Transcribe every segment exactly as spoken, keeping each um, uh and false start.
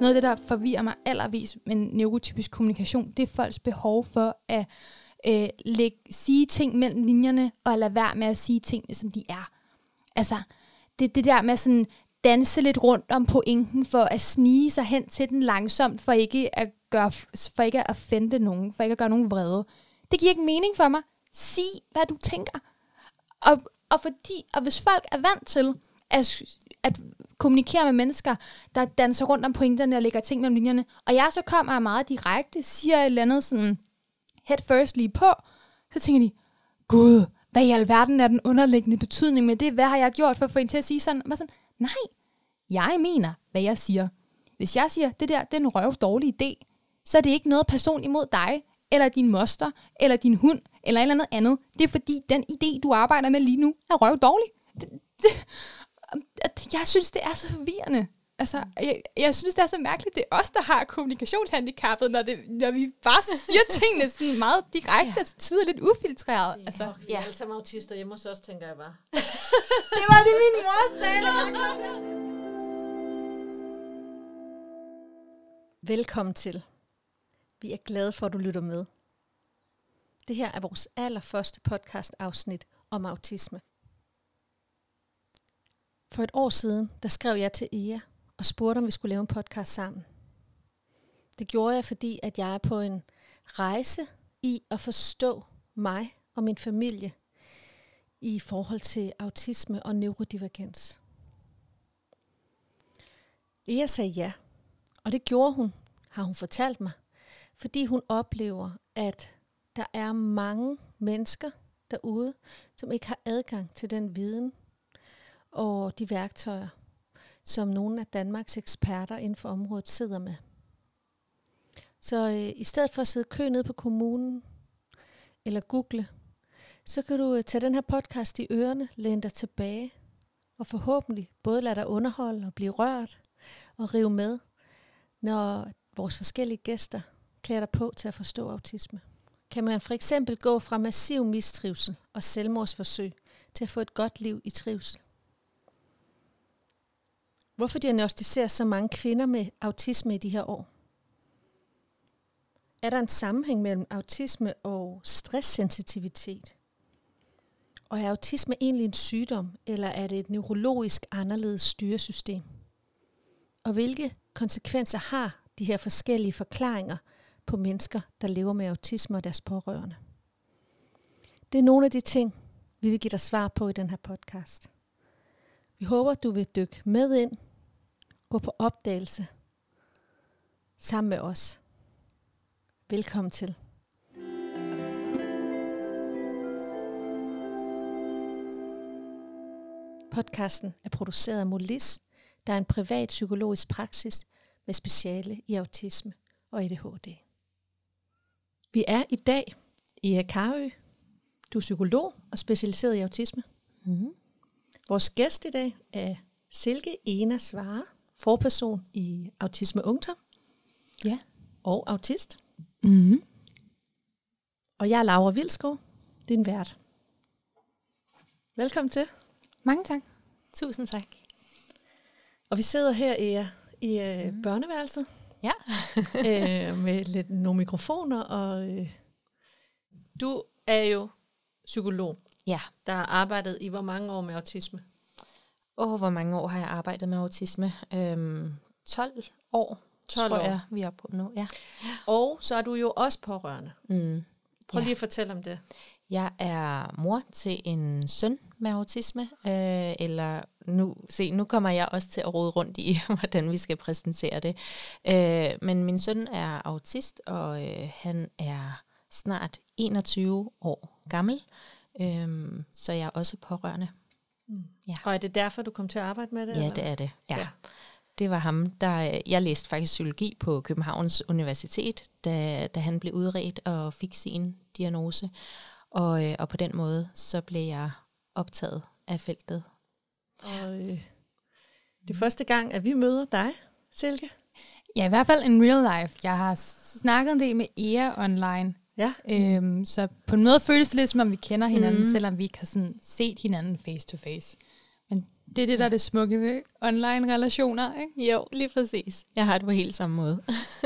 noget af det, der forvirrer mig allervis med neurotypisk kommunikation, det er folks behov for at øh, lægge, sige ting mellem linjerne, og lade være med at sige tingene, som de er. Altså, det, det der med sådan danse lidt rundt om pointen, for at snige sig hen til den langsomt, for ikke at gøre, for ikke at offende nogen, for ikke at gøre nogen vrede. Det giver ikke mening for mig. Sig, hvad du tænker. Og, og, fordi, og hvis folk er vant til at, at kommunikere med mennesker, der danser rundt om pointerne og lægger ting mellem linjerne, og jeg så kommer meget direkte, siger et eller andet sådan head first lige på, så tænker de, gud, hvad i alverden er den underliggende betydning med det? Hvad har jeg gjort for at få en til at sige sådan? Og sådan, nej, jeg mener, hvad jeg siger. Hvis jeg siger, det der, det er en røv dårlig idé, så er det ikke noget person imod dig, eller din moster, eller din hund, eller et eller andet andet. Det er fordi, den idé, du arbejder med lige nu, er røv dårlig. Det, det, jeg synes, det er så forvirrende. Altså, jeg, jeg synes, det er så mærkeligt. Det er os, der har kommunikationshandicappet, når, det, når vi bare siger tingene sådan meget direkte, og til tider lidt ufiltreret. Ja, altså, okay, ja. Alle sammen autister hjemme hos os, tænker jeg bare. Det var det, min mor sagde. Velkommen til. Vi er glade for, at du lytter med. Det her er vores allerførste podcast-afsnit om autisme. For et år siden, der skrev jeg til Ea og spurgte, om vi skulle lave en podcast sammen. Det gjorde jeg, fordi at jeg er på en rejse i at forstå mig og min familie i forhold til autisme og neurodivergens. Ea sagde ja, og det gjorde hun, har hun fortalt mig, fordi hun oplever, at der er mange mennesker derude, som ikke har adgang til den viden og de værktøjer, som nogle af Danmarks eksperter inden for området sidder med. Så øh, i stedet for at sidde kø ned på kommunen eller google, så kan du øh, tage den her podcast i ørerne, læne dig tilbage og forhåbentlig både lade dig underholde og blive rørt og rive med, når vores forskellige gæster klæder dig på til at forstå autisme. Kan man for eksempel gå fra massiv mistrivsel og selvmordsforsøg til at få et godt liv i trivsel? Hvorfor diagnosticeres så mange kvinder med autisme i de her år? Er der en sammenhæng mellem autisme og stresssensitivitet? Og er autisme egentlig en sygdom, eller er det et neurologisk anderledes styresystem? Og hvilke konsekvenser har de her forskellige forklaringer på mennesker, der lever med autisme og deres pårørende? Det er nogle af de ting, vi vil give dig svar på i den her podcast. Vi håber, du vil dykke med ind, gå på opdagelse sammen med os. Velkommen til. Podcasten er produceret af Molis, der er en privat psykologisk praksis med speciale i autisme og A D H D. Vi er i dag i Karø. Du er psykolog og specialiseret i autisme. Mm-hmm. Vores gæst i dag er Silke Ena Svare, forperson i Autisme Ungdom. Ja. Og autist. Mm-hmm. Og jeg er Laura Vilskov, din vært. Velkommen til. Mange tak. Tusind tak. Og vi sidder her i, i øh, mm. børneværelset. Ja. øh, med lidt nogle mikrofoner. Og øh, du er jo psykolog. Ja. Der har arbejdet i hvor mange år med autisme? Åh, oh, hvor mange år har jeg arbejdet med autisme? Øhm, tolv år, tolv tror år. jeg, vi er på nu. Ja. Og så er du jo også pårørende. Mm. Prøv ja. lige at fortælle om det. Jeg er mor til en søn med autisme, øh, eller nu, se, nu kommer jeg også til at rode rundt i, hvordan vi skal præsentere det. Øh, men min søn er autist, og øh, han er snart enogtyve år gammel, øh, så jeg er også pårørende. Mm. Ja. Og er det derfor, du kom til at arbejde med det? Ja, eller? det er det. Ja. Ja. Det var ham, der jeg læste faktisk psykologi på Københavns Universitet, da, da han blev udredt og fik sin diagnose. Og, øh, og på den måde, så blev jeg optaget af feltet. Og øh, det er første gang, at vi møder dig, Silke. Ja, i hvert fald in real life. Jeg har snakket en del med Ea online. Ja. Øhm, så på en måde føles det lidt, som om vi kender hinanden, mm. selvom vi ikke har sådan set hinanden face to face. Men Det er det, der er det smukke ved online-relationer, ikke? Jo, lige præcis. Jeg har det på helt samme måde.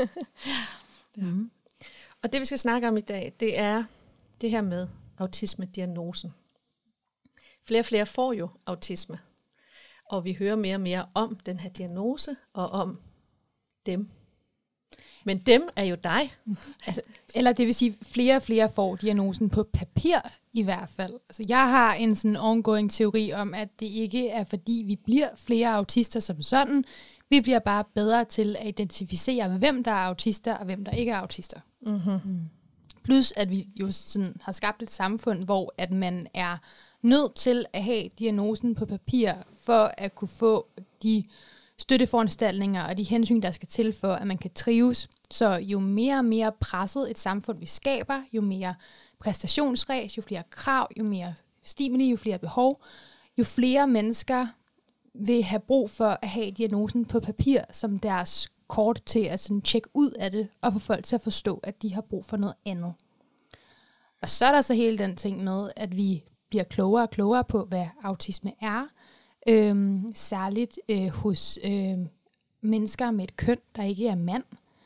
mm. Og det, vi skal snakke om i dag, det er det her med autisme-diagnosen. Flere og flere får jo autisme, og vi hører mere og mere om den her diagnose og om dem. Men dem er jo dig. Altså, eller det vil sige, flere og flere får diagnosen på papir i hvert fald. Altså, jeg har en sådan ongoing teori om, at det ikke er fordi, vi bliver flere autister som sådan. Vi bliver bare bedre til at identificere, hvem der er autister og hvem der ikke er autister. Mm-hmm. Mm. Plus at vi jo sådan har skabt et samfund, hvor at man er nødt til at have diagnosen på papir, for at kunne få de støtteforanstaltninger og de hensyn, der skal til for, at man kan trives. Så jo mere og mere presset et samfund vi skaber, jo mere præstationsræs, jo flere krav, jo mere stimuli, jo flere behov, jo flere mennesker vil have brug for at have diagnosen på papir som deres kort til at sådan tjekke ud af det, og få folk til at forstå, at de har brug for noget andet. Og så er der så hele den ting med, at vi bliver klogere og klogere på, hvad autisme er. Øhm, særligt øh, hos øh, mennesker med et køn, der ikke er mand.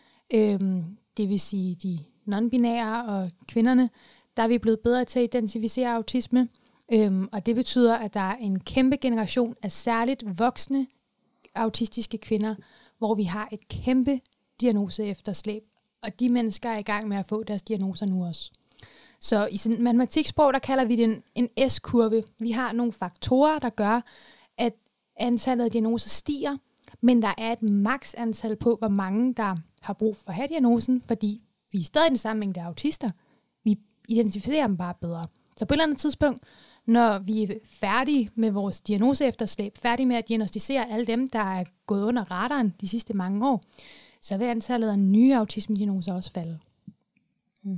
Øhm, det vil sige de non-binære og kvinderne, der er vi blevet bedre til at identificere autisme. Øhm, og det betyder, at der er en kæmpe generation af særligt voksne autistiske kvinder, hvor vi har et kæmpe diagnoseefterslæb. Og de mennesker er i gang med at få deres diagnoser nu også. Så i sådan matematiksprog, der kalder vi det en, en S-kurve. Vi har nogle faktorer, der gør, at antallet af diagnoser stiger, men der er et maks antal på, hvor mange der har brug for at have diagnosen, fordi vi er stadig den samme mængde autister. Vi identificerer dem bare bedre. Så på et eller andet tidspunkt, når vi er færdige med vores diagnoseefterslæb, færdige med at diagnostisere alle dem, der er gået under radaren de sidste mange år, så vil antallet af nye autisme-diagnoser også falde. Hmm.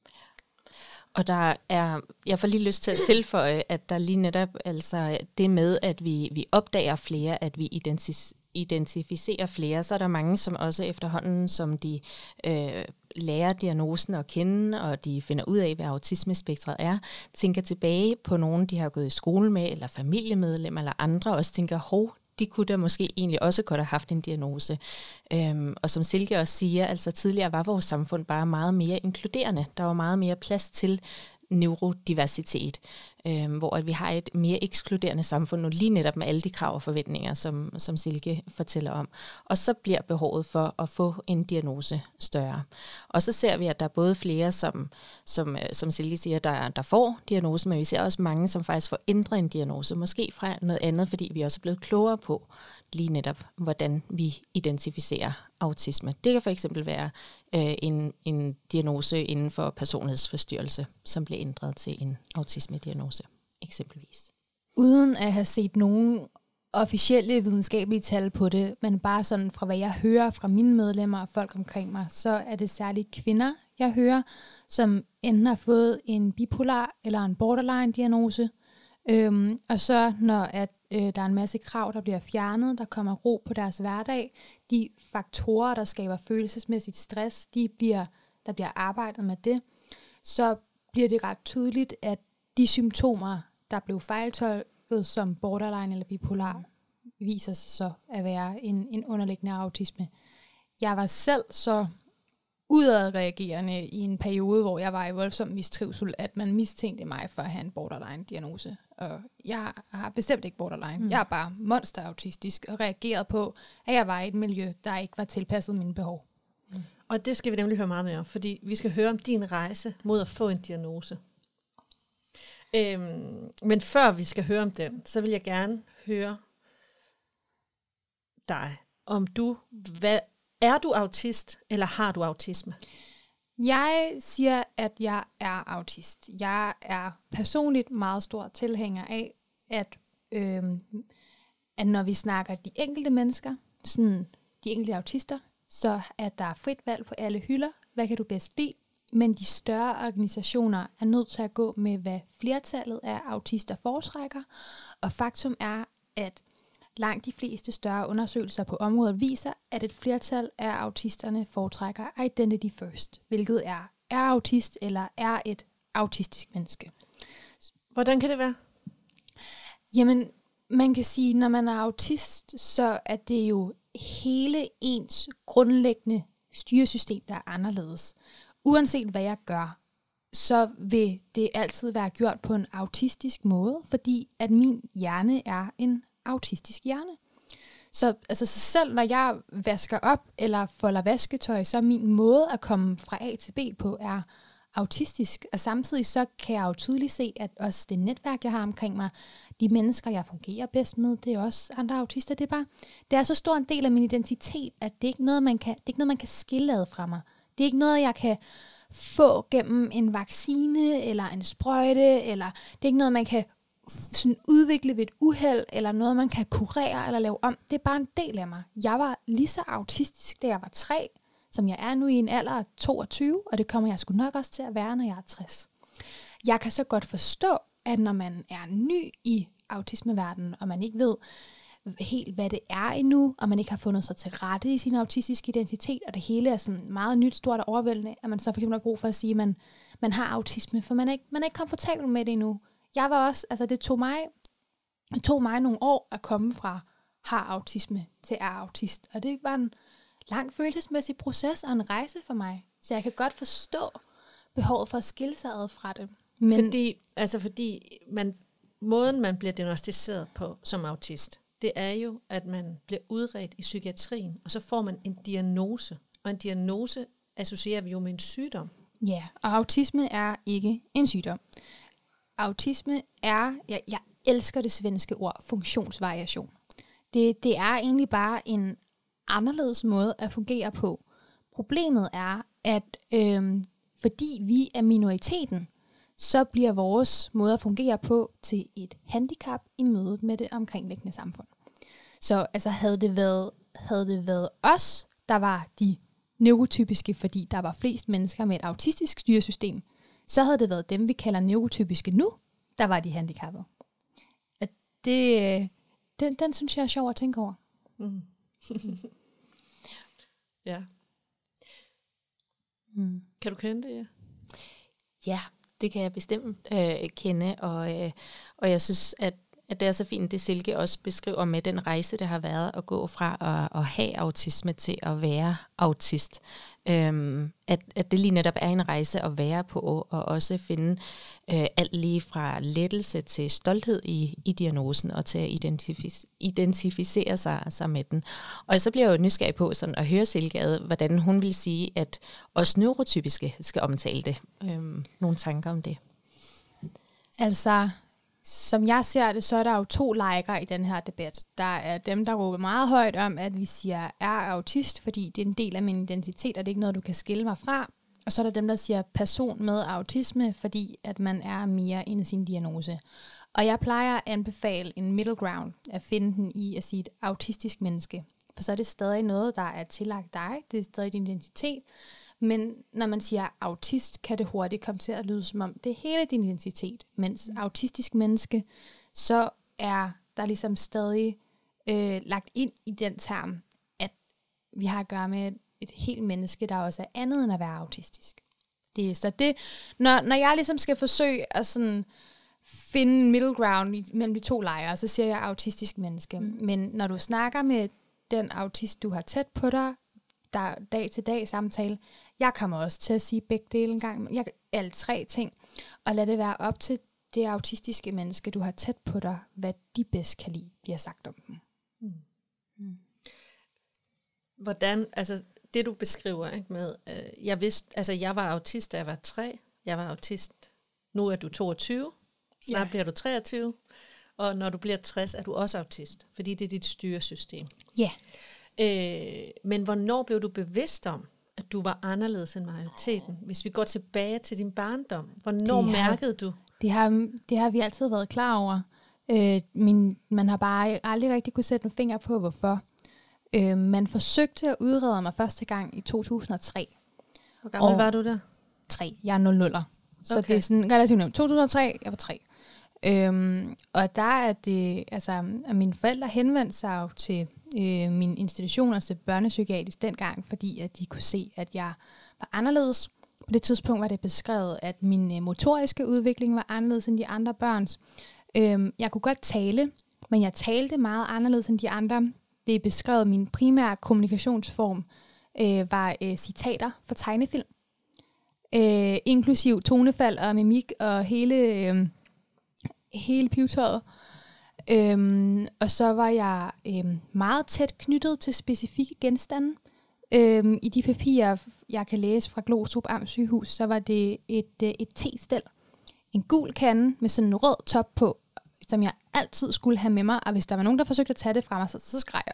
Og der er, jeg får lige lyst til at tilføje, at der lige netop altså det med, at vi, vi opdager flere, at vi identis, identificerer flere, så er der mange, som også efterhånden, som de øh, lærer diagnosen at kende, og de finder ud af, hvad autismespektret er, tænker tilbage på nogen, de har gået i skole med, eller familiemedlemmer, eller andre, og også tænker, hov, de kunne da måske egentlig også godt have haft en diagnose. Øhm, og som Silke også siger, altså tidligere var vores samfund bare meget mere inkluderende. Der var meget mere plads til neurodiversitet, øhm, hvor at vi har et mere ekskluderende samfund nu, lige netop med alle de krav og forventninger, som, som Silke fortæller om. Og så bliver behovet for at få en diagnose større. Og så ser vi, at der er både flere, som, som, som Silke siger, der, der får diagnose, men vi ser også mange, som faktisk får ændret en diagnose, måske fra noget andet, fordi vi også er blevet klogere på lige netop, hvordan vi identificerer autisme. Det kan for eksempel være øh, en, en diagnose inden for personlighedsforstyrrelse, som bliver ændret til en autisme-diagnose, eksempelvis. Uden at have set nogen officielle videnskabelige tal på det, men bare sådan fra hvad jeg hører fra mine medlemmer og folk omkring mig, så er det særligt kvinder, jeg hører, som enten har fået en bipolar eller en borderline-diagnose. Øhm, og så når at, øh, der er en masse krav, der bliver fjernet, der kommer ro på deres hverdag, de faktorer, der skaber følelsesmæssigt stress, de bliver, der bliver arbejdet med det, så bliver det ret tydeligt, at de symptomer, der blev fejltolket som borderline eller bipolar, viser sig så at være en, en underliggende autisme. Jeg var selv så udadreagerende i en periode, hvor jeg var i voldsom mistrivsel, at man mistænkte mig for at have en borderline-diagnose. Og jeg har bestemt ikke borderline. Mm. Jeg er bare monsterautistisk og reageret på, at jeg var i et miljø, der ikke var tilpasset mine behov. Mm. Og det skal vi nemlig høre meget mere om, fordi vi skal høre om din rejse mod at få en diagnose. Øhm, men før vi skal høre om den, så vil jeg gerne høre dig, om du, hvad, er du autist, eller har du autisme? Jeg siger, at jeg er autist. Jeg er personligt meget stor tilhænger af, at, øhm, at når vi snakker de enkelte mennesker, sådan de enkelte autister, så at der er frit valg på alle hylder. Hvad kan du bedst lide? Men de større organisationer er nødt til at gå med, hvad flertallet af autister foretrækker. Og faktum er, at langt de fleste større undersøgelser på området viser, at et flertal af autisterne foretrækker identity first, hvilket er, er autist eller er et autistisk menneske. Hvordan kan det være? Jamen, man kan sige, når man er autist, så er det jo hele ens grundlæggende styresystem, der er anderledes. Uanset hvad jeg gør, så vil det altid være gjort på en autistisk måde, fordi at min hjerne er en autistisk hjerne. Så, altså, så selv når jeg vasker op eller folder vasketøj, så er min måde at komme fra A til B på er autistisk. Og samtidig så kan jeg jo tydeligt se, at også det netværk, jeg har omkring mig, de mennesker, jeg fungerer bedst med, det er også andre autister. Det er bare, det er så stor en del af min identitet, at det ikke er noget, man kan, det er ikke noget, man kan skille ad fra mig. Det er ikke noget, jeg kan få gennem en vaccine eller en sprøjte, eller det er ikke noget, man kan sådan udvikle ved et uheld, eller noget, man kan kurere eller lave om. Det er bare en del af mig. Jeg var lige så autistisk, da jeg var tre, som jeg er nu i en alder af toogtyve, og det kommer jeg sgu nok også til at være, når jeg er tres. Jeg kan så godt forstå, at når man er ny i autismeverdenen, og man ikke ved helt, hvad det er endnu, og man ikke har fundet sig til rette i sin autistiske identitet, og det hele er sådan meget nyt, stort og overvældende, at man så for eksempel har brug for at sige, at man, man har autisme, for man er, ikke, man er ikke komfortabel med det endnu. Jeg var også, altså det tog mig, det tog mig nogle år at komme fra har autisme til er autist, og det var en lang følelsesmæssig proces og en rejse for mig, så jeg kan godt forstå behovet for at skille sig ad fra det. Men fordi, altså fordi man, måden, man bliver diagnosticeret på som autist, det er jo, at man bliver udredt i psykiatrien, og så får man en diagnose. Og en diagnose associerer vi jo med en sygdom. Ja, og autisme er ikke en sygdom. Autisme er, jeg, jeg elsker det svenske ord, funktionsvariation. Det, det er egentlig bare en anderledes måde at fungere på. Problemet er, at øhm, fordi vi er minoriteten, så bliver vores måde at fungere på til et handicap i mødet med det omkringliggende samfund. Så altså, havde, det været, havde det været os, der var de neurotypiske, fordi der var flest mennesker med et autistisk styresystem, så havde det været dem, vi kalder neurotypiske nu, der var de handicappede. At det, den, den synes jeg er sjov at tænke over. Mm. Ja. Mm. Kan du kende det, ja? Ja, det kan jeg bestemt øh, kende, og, øh, og jeg synes, at, at det er så fint, det Silke også beskriver med den rejse, det har været at gå fra at, at have autisme til at være autist. Øhm, at, at det lige netop er en rejse at være på, og også finde øh, alt lige fra lettelse til stolthed i, i diagnosen, og til at identific- identificere sig, sig med den. Og så bliver jeg jo nysgerrig på sådan, at høre Silke ad, hvordan hun vil sige, at også neurotypiske skal omtale det. Øhm, nogle tanker om det? Altså, som jeg ser det, så er der jo to lejre i den her debat. Der er dem, der råber meget højt om, at vi siger, er autist, fordi det er en del af min identitet, og det er ikke noget, du kan skille mig fra. Og så er der dem, der siger person med autisme, fordi at man er mere end sin diagnose. Og jeg plejer at anbefale en middle ground, at finde den i at sige et autistisk menneske. For så er det stadig noget, der er tillagt dig, det er stadig din identitet. Men når man siger autist, kan det hurtigt komme til at lyde som om, det er hele din identitet. Mens autistisk menneske, så er der ligesom stadig øh, lagt ind i den term, at vi har at gøre med et, et helt menneske, der også er andet end at være autistisk. Det er så det, når, når jeg ligesom skal forsøge at sådan finde en middle ground mellem de to lejre, så siger jeg autistisk menneske. Mm. Men når du snakker med den autist, du har tæt på dig, der er dag til dag samtale. Jeg kommer også til at sige begge dele en gang. Jeg, alle tre ting. Og lad det være op til det autistiske menneske, du har tæt på dig, hvad de bedst kan lide, bliver sagt om dem. Mm. Mm. Hvordan, altså det du beskriver, ikke, med, øh, jeg vidste, altså jeg var autist, da jeg var tre. Jeg var autist. Nu er du toogtyve. Snart ja. Bliver du treogtyve. Og når du bliver tres, er du også autist. Fordi det er dit styresystem. Ja. Yeah. Øh, men hvornår blev du bevidst om, at du var anderledes end majoriteten? Hvis vi går tilbage til din barndom, hvornår det har, mærkede du? Det har, det har vi altid været klar over. Øh, min, man har bare aldrig rigtig kunne sætte en finger på, hvorfor. Øh, man forsøgte at udrede mig første gang i to tusind og tre. Hvor gammel var du der? tre. Jeg er nul nuller. Så Okay. det er sådan relativt nemt. to tusind og tre, jeg var tre. Øhm, og der er det, altså, at mine forældre henvendte sig jo til øh, min institution, altså børnepsykiatrisk dengang, fordi at de kunne se, at jeg var anderledes. På det tidspunkt var det beskrevet, at min øh, motoriske udvikling var anderledes end de andre børns. Øhm, jeg kunne godt tale, men jeg talte meget anderledes end de andre. Det er beskrevet, min primære kommunikationsform øh, var øh, citater fra tegnefilm. Øh, inklusiv tonefald og mimik og hele, øh, hele pivetøjet. Øhm, og så var jeg øh, meget tæt knyttet til specifikke genstande. Øhm, I de papirer, jeg kan læse fra Glostrup Amtssygehus, så var det et, øh, et te-stel. En gul kande med sådan en rød top på, som jeg altid skulle have med mig. Og hvis der var nogen, der forsøgte at tage det fra mig, så, så skreg jeg.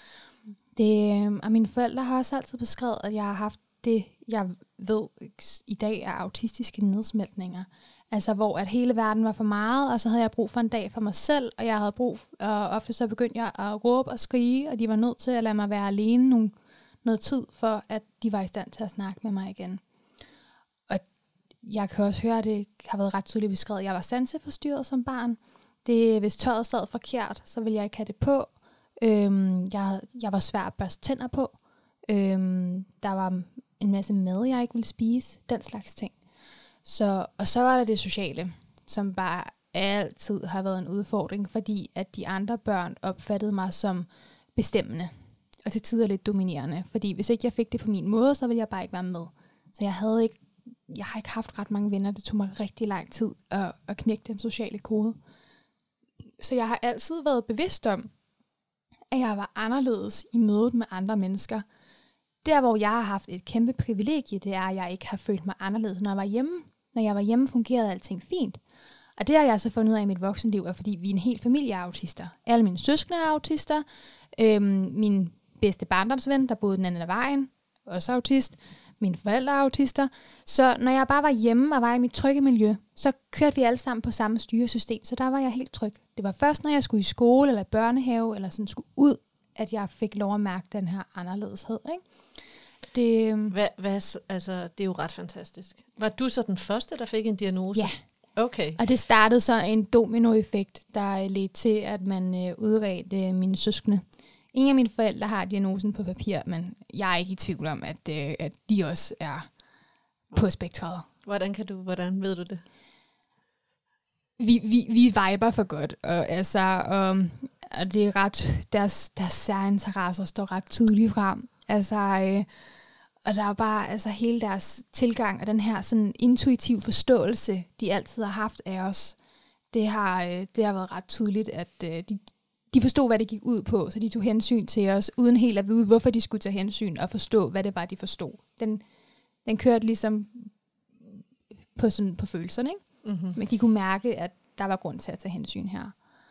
Det, øh, og mine forældre har også altid beskrevet, at jeg har haft det, jeg ved i dag er autistiske nedsmeltninger. Altså hvor at hele verden var for meget, og så havde jeg brug for en dag for mig selv, og jeg havde brug, og ofte så begyndte jeg at råbe og skrige, og de var nødt til at lade mig være alene nogle, noget tid, for at de var i stand til at snakke med mig igen. Og jeg kan også høre, at det har været ret tydeligt beskrevet. Jeg var sanseforstyrret som barn. Det, hvis tøjet sad forkert, så ville jeg ikke have det på. Øhm, jeg, jeg var svær at børste tænder på. Øhm, der var en masse mad, jeg ikke ville spise. Den slags ting. Så, og så var der det sociale, som bare altid har været en udfordring, fordi at de andre børn opfattede mig som bestemmende, og til tider lidt dominerende. Fordi hvis ikke jeg fik det på min måde, så ville jeg bare ikke være med. Så jeg havde ikke, jeg har ikke haft ret mange venner. Det tog mig rigtig lang tid at, at knække den sociale kode. Så jeg har altid været bevidst om, at jeg var anderledes i mødet med andre mennesker. Der, hvor jeg har haft et kæmpe privilegie, det er, at jeg ikke har følt mig anderledes, når jeg var hjemme. Når jeg var hjemme, fungerede alting fint. Og det har jeg så fundet ud af i mit voksenliv, er, fordi vi er en hel familie af autister. Alle mine søskende er autister. Øhm, min bedste barndomsven, der boede den anden af vejen, også autist. Mine forældre er autister. Så når jeg bare var hjemme og var i mit trygge miljø, så kørte vi alle sammen på samme styresystem. Så der var jeg helt tryg. Det var først, når jeg skulle i skole eller børnehave, eller sådan skulle ud, at jeg fik lov at mærke den her anderledeshed, ikke? Det, hvad, hvad, altså, det er jo ret fantastisk. Var du så den første, der fik en diagnose? Ja. Okay. Og det startede så en dominoeffekt, der ledte til, at man øh, udredte øh, mine søskende. Ingen af mine forældre har diagnosen på papir, men jeg er ikke i tvivl om, at, øh, at de også er på spektret. Hvordan kan du, hvordan ved du det? Vi, vi, vi viber for godt, og, altså, um, og det er ret, deres, deres særinteresser står ret tydeligt frem. Altså, øh, og der er bare altså, hele deres tilgang og den her sådan intuitiv forståelse, de altid har haft af os. Det har, øh, det har været ret tydeligt, at øh, de, de forstod, hvad det gik ud på, så de tog hensyn til os, uden helt at vide, hvorfor de skulle tage hensyn og forstå, hvad det var, de forstod. Den, den kørte ligesom på, sådan, på følelserne, ikke? Mm-hmm. Men de kunne mærke, at der var grund til at tage hensyn her.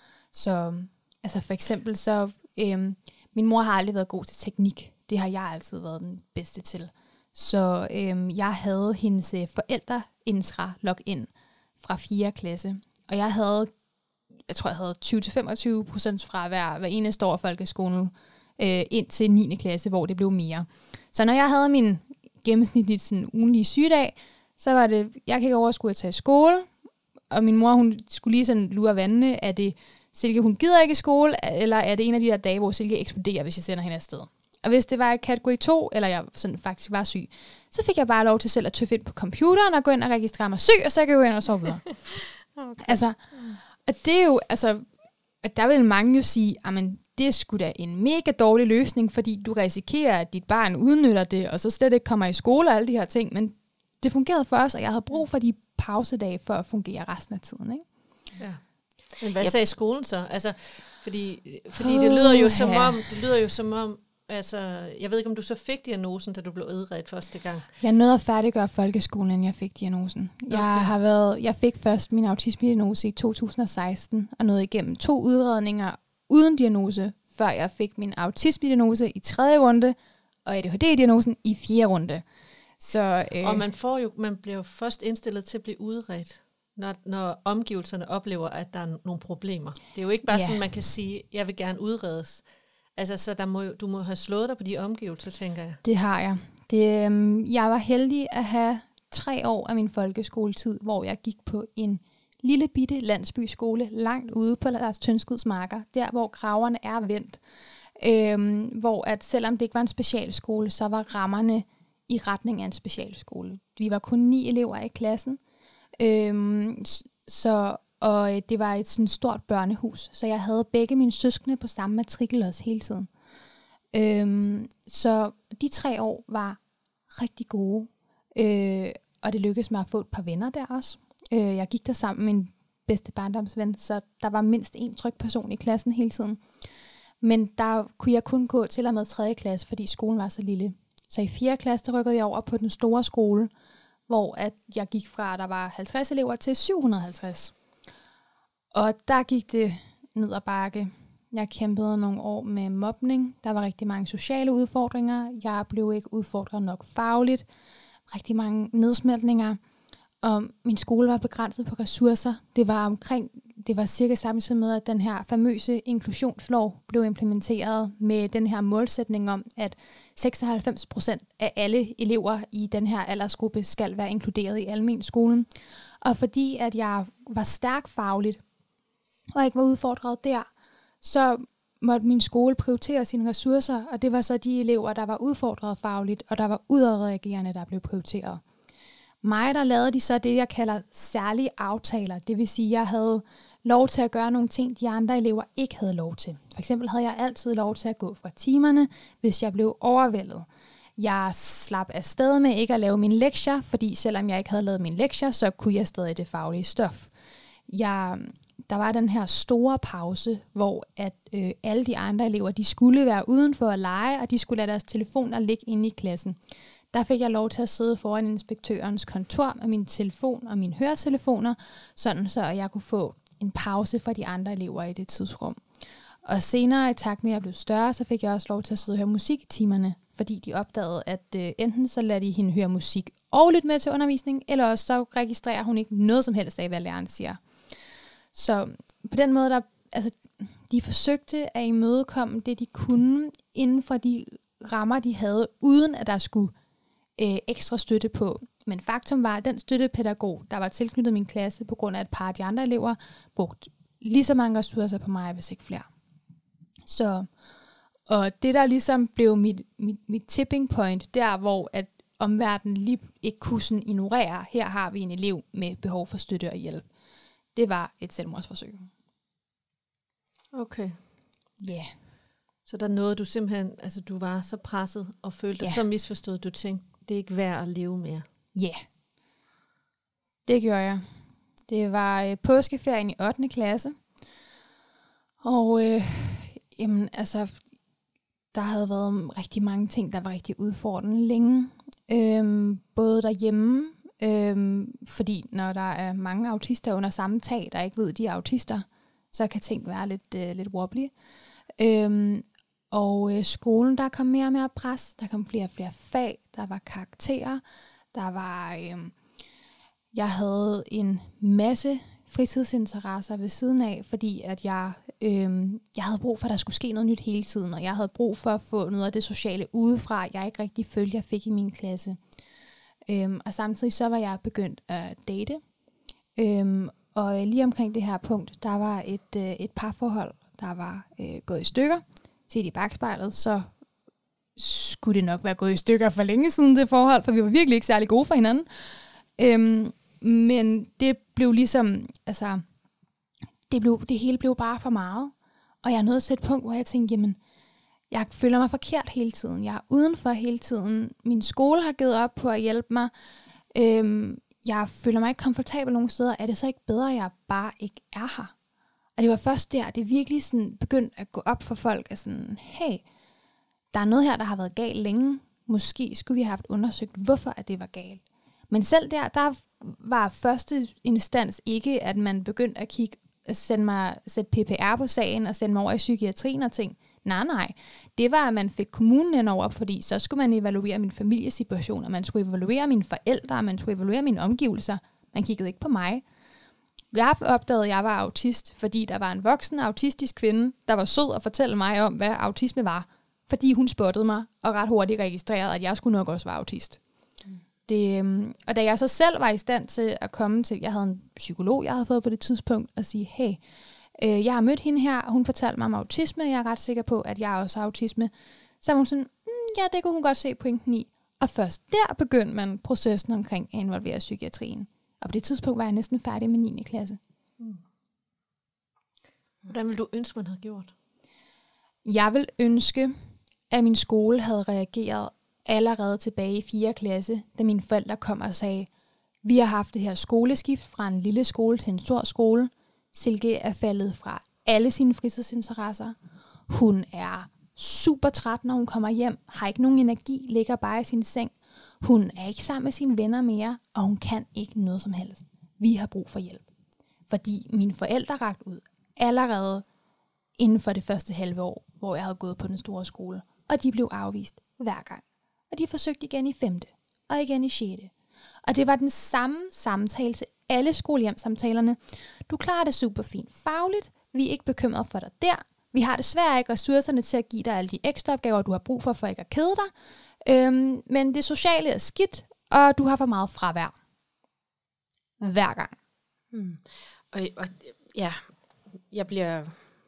Så altså for eksempel så, øhm, min mor har aldrig været god til teknik. Det har jeg altid været den bedste til. Så øhm, jeg havde hendes forældreintra login fra fjerde klasse. Og jeg havde, jeg tror jeg havde tyve til femogtyve procent fra hver, hver eneste år af folkeskolen øh, ind til niende klasse, hvor det blev mere. Så når jeg havde min gennemsnitligt sådan ugenlige sygedag, så var det, jeg kan ikke overskue at tage i skole, og min mor, hun skulle lige sådan lure vandene, er det Silke, hun gider ikke i skole, eller er det en af de der dage, hvor Silke eksploderer, hvis jeg sender hende afsted. Og hvis det var kategori to, eller jeg sådan faktisk var syg, så fik jeg bare lov til selv at tøffe ind på computeren og gå ind og registrere mig syg, og så kan jeg gå ind og sove videre. Okay. Altså, og det er jo, altså, at der vil mange jo sige, jamen, det er sgu da en mega dårlig løsning, fordi du risikerer, at dit barn udnytter det, og så slet ikke kommer i skole og alle de her ting, men det fungerede for os, og jeg havde brug for de pausedage for at fungere resten af tiden, ikke? Ja. Men hvad Yep. sagde skolen så? Altså, fordi fordi det lyder jo som om, det lyder jo som om, altså, jeg ved ikke, om du så fik diagnosen, da du blev udredt første gang. Jeg nåede at færdiggøre folkeskolen, inden jeg fik diagnosen. Okay. Jeg har været, jeg fik først min autisme-diagnose i to tusind og seksten, og nåede igennem to udredninger uden diagnose, før jeg fik min autisme-diagnose i tredje runde, og A D H D-diagnosen i fjerde runde. Så, øh, og man får jo, man bliver jo først indstillet til at blive udredt, når, når omgivelserne oplever, at der er nogle problemer. Det er jo ikke bare yeah. sådan, man kan sige, jeg vil gerne udredes. Altså, så der må, du må have slået dig på de omgivelser, tænker jeg. Det har jeg. Det, øh, jeg var heldig at have tre år af min folkeskoletid, hvor jeg gik på en lille bitte landsbyskole, langt ude på deres Tønskedsmarker, der hvor graverne er vendt. Øh, hvor at selvom det ikke var en specialskole, så var rammerne i retning af en specialskole. Vi var kun ni elever i klassen. Øhm, så, og øh, det var et sådan stort børnehus, så jeg havde begge mine søskende på samme matrikel også hele tiden. Øhm, så de tre år var rigtig gode, øh, og det lykkedes mig at få et par venner der også. Øh, jeg gik der sammen med min bedste barndomsven, så der var mindst en tryg person i klassen hele tiden. Men der kunne jeg kun gå til og med tredje klasse, fordi skolen var så lille. Så i fjerde klasse, der rykkede jeg over på den store skole, hvor at jeg gik fra, at der var halvtreds elever til syv hundrede og halvtreds. Og der gik det ned ad bakke. Jeg kæmpede nogle år med mobning. Der var rigtig mange sociale udfordringer. Jeg blev ikke udfordret nok fagligt. Rigtig mange nedsmeltninger. Og min skole var begrænset på ressourcer. Det var omkring, det var cirka samtidig med, at den her famøse inklusionslov blev implementeret med den her målsætning om, at seksoghalvfems procent af alle elever i den her aldersgruppe skal være inkluderet i almenskolen. Og fordi at jeg var stærk fagligt, og ikke var udfordret der, så måtte min skole prioritere sine ressourcer, og det var så de elever, der var udfordret fagligt, og der var udadreagerende, der blev prioriteret. Mig, der lavede de så det, jeg kalder særlige aftaler. Det vil sige, at jeg havde lov til at gøre nogle ting, de andre elever ikke havde lov til. For eksempel havde jeg altid lov til at gå fra timerne, hvis jeg blev overvældet. Jeg slap afsted med ikke at lave mine lektier, fordi selvom jeg ikke havde lavet mine lektier, så kunne jeg stadig det faglige stof. Jeg, der var den her store pause, hvor at, øh, alle de andre elever, de skulle være udenfor at lege, og de skulle lade deres telefoner ligge inde i klassen. Der fik jeg lov til at sidde foran inspektørens kontor med min telefon og mine høretelefoner, sådan så jeg kunne få en pause for de andre elever i det tidsrum. Og senere, i takt med at jeg blev større, så fik jeg også lov til at sidde og høre musik i timerne, fordi de opdagede, at øh, enten så lader de hende høre musik og lytte med til undervisning, eller også så registrerer hun ikke noget som helst af, hvad læreren siger. Så på den måde, der, altså, de forsøgte at imødekomme det, de kunne, inden for de rammer, de havde, uden at der skulle øh, ekstra støtte på. Men faktum var, at den støttepædagog, der var tilknyttet min klasse på grund af et par af de andre elever, brugte lige så mange ressourcer på mig, hvis ikke flere. Så, og det der ligesom blev mit, mit, mit tipping point, der hvor at omverdenen lige ikke kunne sådan ignorere, her har vi en elev med behov for støtte og hjælp. Det var et selvmordsforsøg. Okay. Ja. Yeah. Så der nåede du simpelthen, altså du var så presset og følte dig yeah. så misforstået, du tænkte, det er ikke værd at leve mere. Ja, yeah. Det gjorde jeg. Det var øh, påskeferien i ottende klasse. Og øh, jamen, altså, der havde været rigtig mange ting, der var rigtig udfordrende længe. Øhm, både derhjemme, øhm, fordi når der er mange autister under samme tag, der ikke ved, de er autister, så kan ting være lidt, øh, lidt wobbly. Øhm, og øh, skolen, der kom mere og mere pres. Der kom flere og flere fag. Der var karakterer. Der var... Øh, jeg havde en masse fritidsinteresser ved siden af, fordi at jeg, øh, jeg havde brug for, at der skulle ske noget nyt hele tiden, og jeg havde brug for at få noget af det sociale udefra, jeg ikke rigtig følte, jeg fik i min klasse. Øh, og samtidig så var jeg begyndt at date. Øh, og lige omkring det her punkt, der var et, øh, et parforhold, der var øh, gået i stykker. Til i bagspejlet, så skulle det nok være gået i stykker for længe siden det forhold, for vi var virkelig ikke særlig gode for hinanden. Øhm, men det blev ligesom, altså, det, blev, det hele blev bare for meget. Og jeg nåede til et punkt, hvor jeg tænkte, jamen, jeg føler mig forkert hele tiden. Jeg er udenfor hele tiden. Min skole har givet op på at hjælpe mig. Øhm, jeg føler mig ikke komfortabel nogen steder. Er det så ikke bedre, at jeg bare ikke er her? Og det var først der, det virkelig sådan begyndte at gå op for folk, at sådan, hey, der er noget her, der har været galt længe. Måske skulle vi have haft undersøgt, hvorfor at det var galt. Men selv der, der var første instans ikke, at man begyndte at kigge, at sende mig, sætte P P R på sagen og sende mig over i psykiatrien og ting. Nej, nej. Det var, at man fik kommunen ind over, fordi så skulle man evaluere min familiesituation, og man skulle evaluere mine forældre, og man skulle evaluere mine omgivelser. Man kiggede ikke på mig. Jeg opdagede, at jeg var autist, fordi der var en voksen autistisk kvinde, der var sød at fortælle mig om, hvad autisme var. Fordi hun spottede mig, og ret hurtigt registrerede, at jeg skulle nok også være autist. Mm. Det, og da jeg så selv var i stand til at komme til, jeg havde en psykolog, jeg havde fået på det tidspunkt, og sige, hey, øh, jeg har mødt hende her, og hun fortalte mig om autisme, og jeg er ret sikker på, at jeg også har autisme. Så var hun sådan, mm, ja, det kunne hun godt se pointen i. Og først der begyndte man processen omkring at involvere psykiatrien. Og på det tidspunkt var jeg næsten færdig med niende klasse. Mm. Hvordan ville du ønske, man havde gjort? Jeg vil ønske, at min skole havde reageret allerede tilbage i fjerde klasse, da mine forældre kom og sagde, vi har haft det her skoleskift fra en lille skole til en stor skole. Silke er faldet fra alle sine fritidsinteresser. Hun er super træt, når hun kommer hjem, har ikke nogen energi, ligger bare i sin seng. Hun er ikke sammen med sine venner mere, og hun kan ikke noget som helst. Vi har brug for hjælp. Fordi mine forældre rakte ud allerede inden for det første halve år, hvor jeg havde gået på den store skole. Og de blev afvist hver gang. Og de forsøgte igen i femte, og igen i sjette. Og det var den samme samtale til alle skolehjemsamtalerne. Du klarer det super fint fagligt, vi er ikke bekymrede for dig der. Vi har desværre ikke ressourcerne til at give dig alle de ekstra opgaver, du har brug for, for ikke at kede dig. Øhm, men det sociale er skidt, og du har for meget fravær. Hver gang. Hmm. Og, og ja, jeg bliver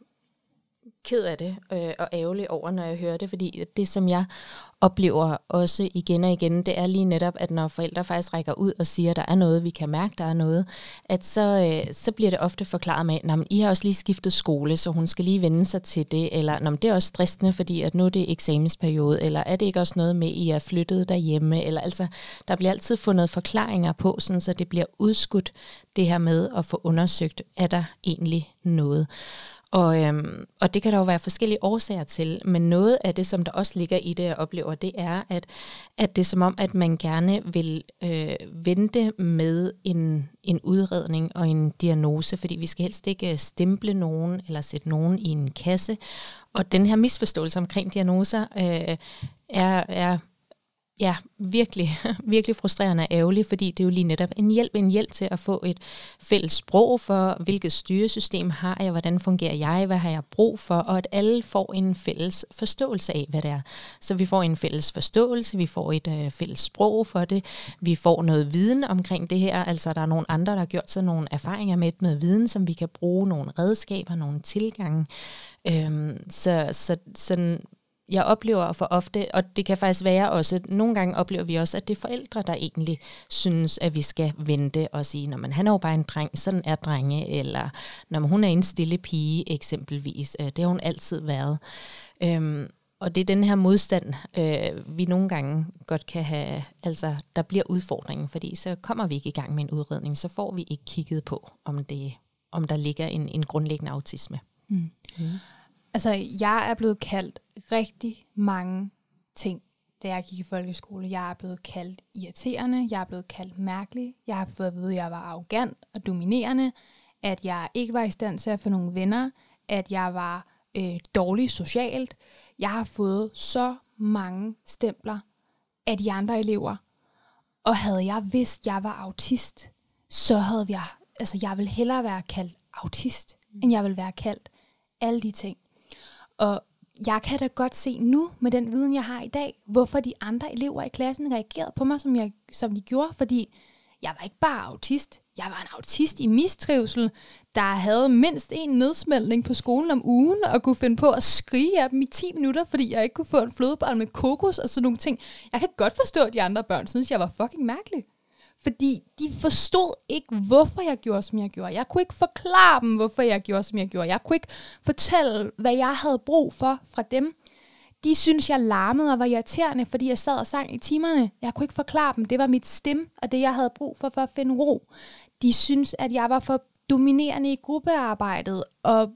ked af det øh, og ærgerlig over, når jeg hører det, fordi det, som jeg oplever også igen og igen, det er lige netop, at når forældre faktisk rækker ud og siger, at der er noget, vi kan mærke, der er noget, at så, øh, så bliver det ofte forklaret med, at I har også lige skiftet skole, så hun skal lige vende sig til det, eller det er også stressende, fordi at nu er det eksamensperiode, eller er det ikke også noget med, at I er flyttet derhjemme, eller altså, der bliver altid fundet forklaringer på, sådan, så det bliver udskudt, det her med at få undersøgt, er der egentlig noget. Og, øhm, og det kan der jo være forskellige årsager til, men noget af det, som der også ligger i det, jeg oplever, det er, at, at det er som om, at man gerne vil øh, vente med en, en udredning og en diagnose, fordi vi skal helst ikke stemple nogen eller sætte nogen i en kasse. Og den her misforståelse omkring diagnoser øh, er... er Ja, virkelig, virkelig frustrerende og ærgerlig, fordi det er jo lige netop en hjælp, en hjælp til at få et fælles sprog for, hvilket styresystem har jeg, hvordan fungerer jeg, hvad har jeg brug for, og at alle får en fælles forståelse af, hvad det er. Så vi får en fælles forståelse, vi får et øh, fælles sprog for det, vi får noget viden omkring det her, altså der er nogle andre, der har gjort sig nogle erfaringer med noget viden, som vi kan bruge, nogle redskaber, nogle tilgange. Øhm, så så sådan... Jeg oplever for ofte, og det kan faktisk være også, nogle gange oplever vi også, at det er forældre, der egentlig synes, at vi skal vente og sige, når man han er jo bare en dreng, sådan er drenge, eller når hun er en stille pige eksempelvis, det har hun altid været. Øhm, og det er den her modstand, øh, vi nogle gange godt kan have, altså der bliver udfordringen, fordi så kommer vi ikke i gang med en udredning, så får vi ikke kigget på, om, det, om der ligger en, en grundlæggende autisme. Mm. Mm. Altså, jeg er blevet kaldt rigtig mange ting, da jeg gik i folkeskole. Jeg er blevet kaldt irriterende, jeg er blevet kaldt mærkelig, jeg har fået at vide, at jeg var arrogant og dominerende, at jeg ikke var i stand til at få nogle venner, at jeg var øh, dårlig socialt. Jeg har fået så mange stempler af de andre elever, og havde jeg vidst, at jeg var autist, så havde jeg, altså jeg ville hellere være kaldt autist, end jeg ville være kaldt alle de ting. Og jeg kan da godt se nu, med den viden, jeg har i dag, hvorfor de andre elever i klassen reagerede på mig, som, jeg, som de gjorde. Fordi jeg var ikke bare autist. Jeg var en autist i mistrivsel, der havde mindst en nedsmeltning på skolen om ugen, og kunne finde på at skrige af dem i ti minutter, fordi jeg ikke kunne få en flødebolle med kokos og sådan nogle ting. Jeg kan godt forstå, at de andre børn synes, jeg var fucking mærkelig. Fordi de forstod ikke, hvorfor jeg gjorde, som jeg gjorde. Jeg kunne ikke forklare dem, hvorfor jeg gjorde, som jeg gjorde. Jeg kunne ikke fortælle, hvad jeg havde brug for fra dem. De synes jeg larmede og var irriterende, fordi jeg sad og sang i timerne. Jeg kunne ikke forklare dem. Det var mit stemme, og det, jeg havde brug for, for at finde ro. De synes, at jeg var for dominerende i gruppearbejdet, og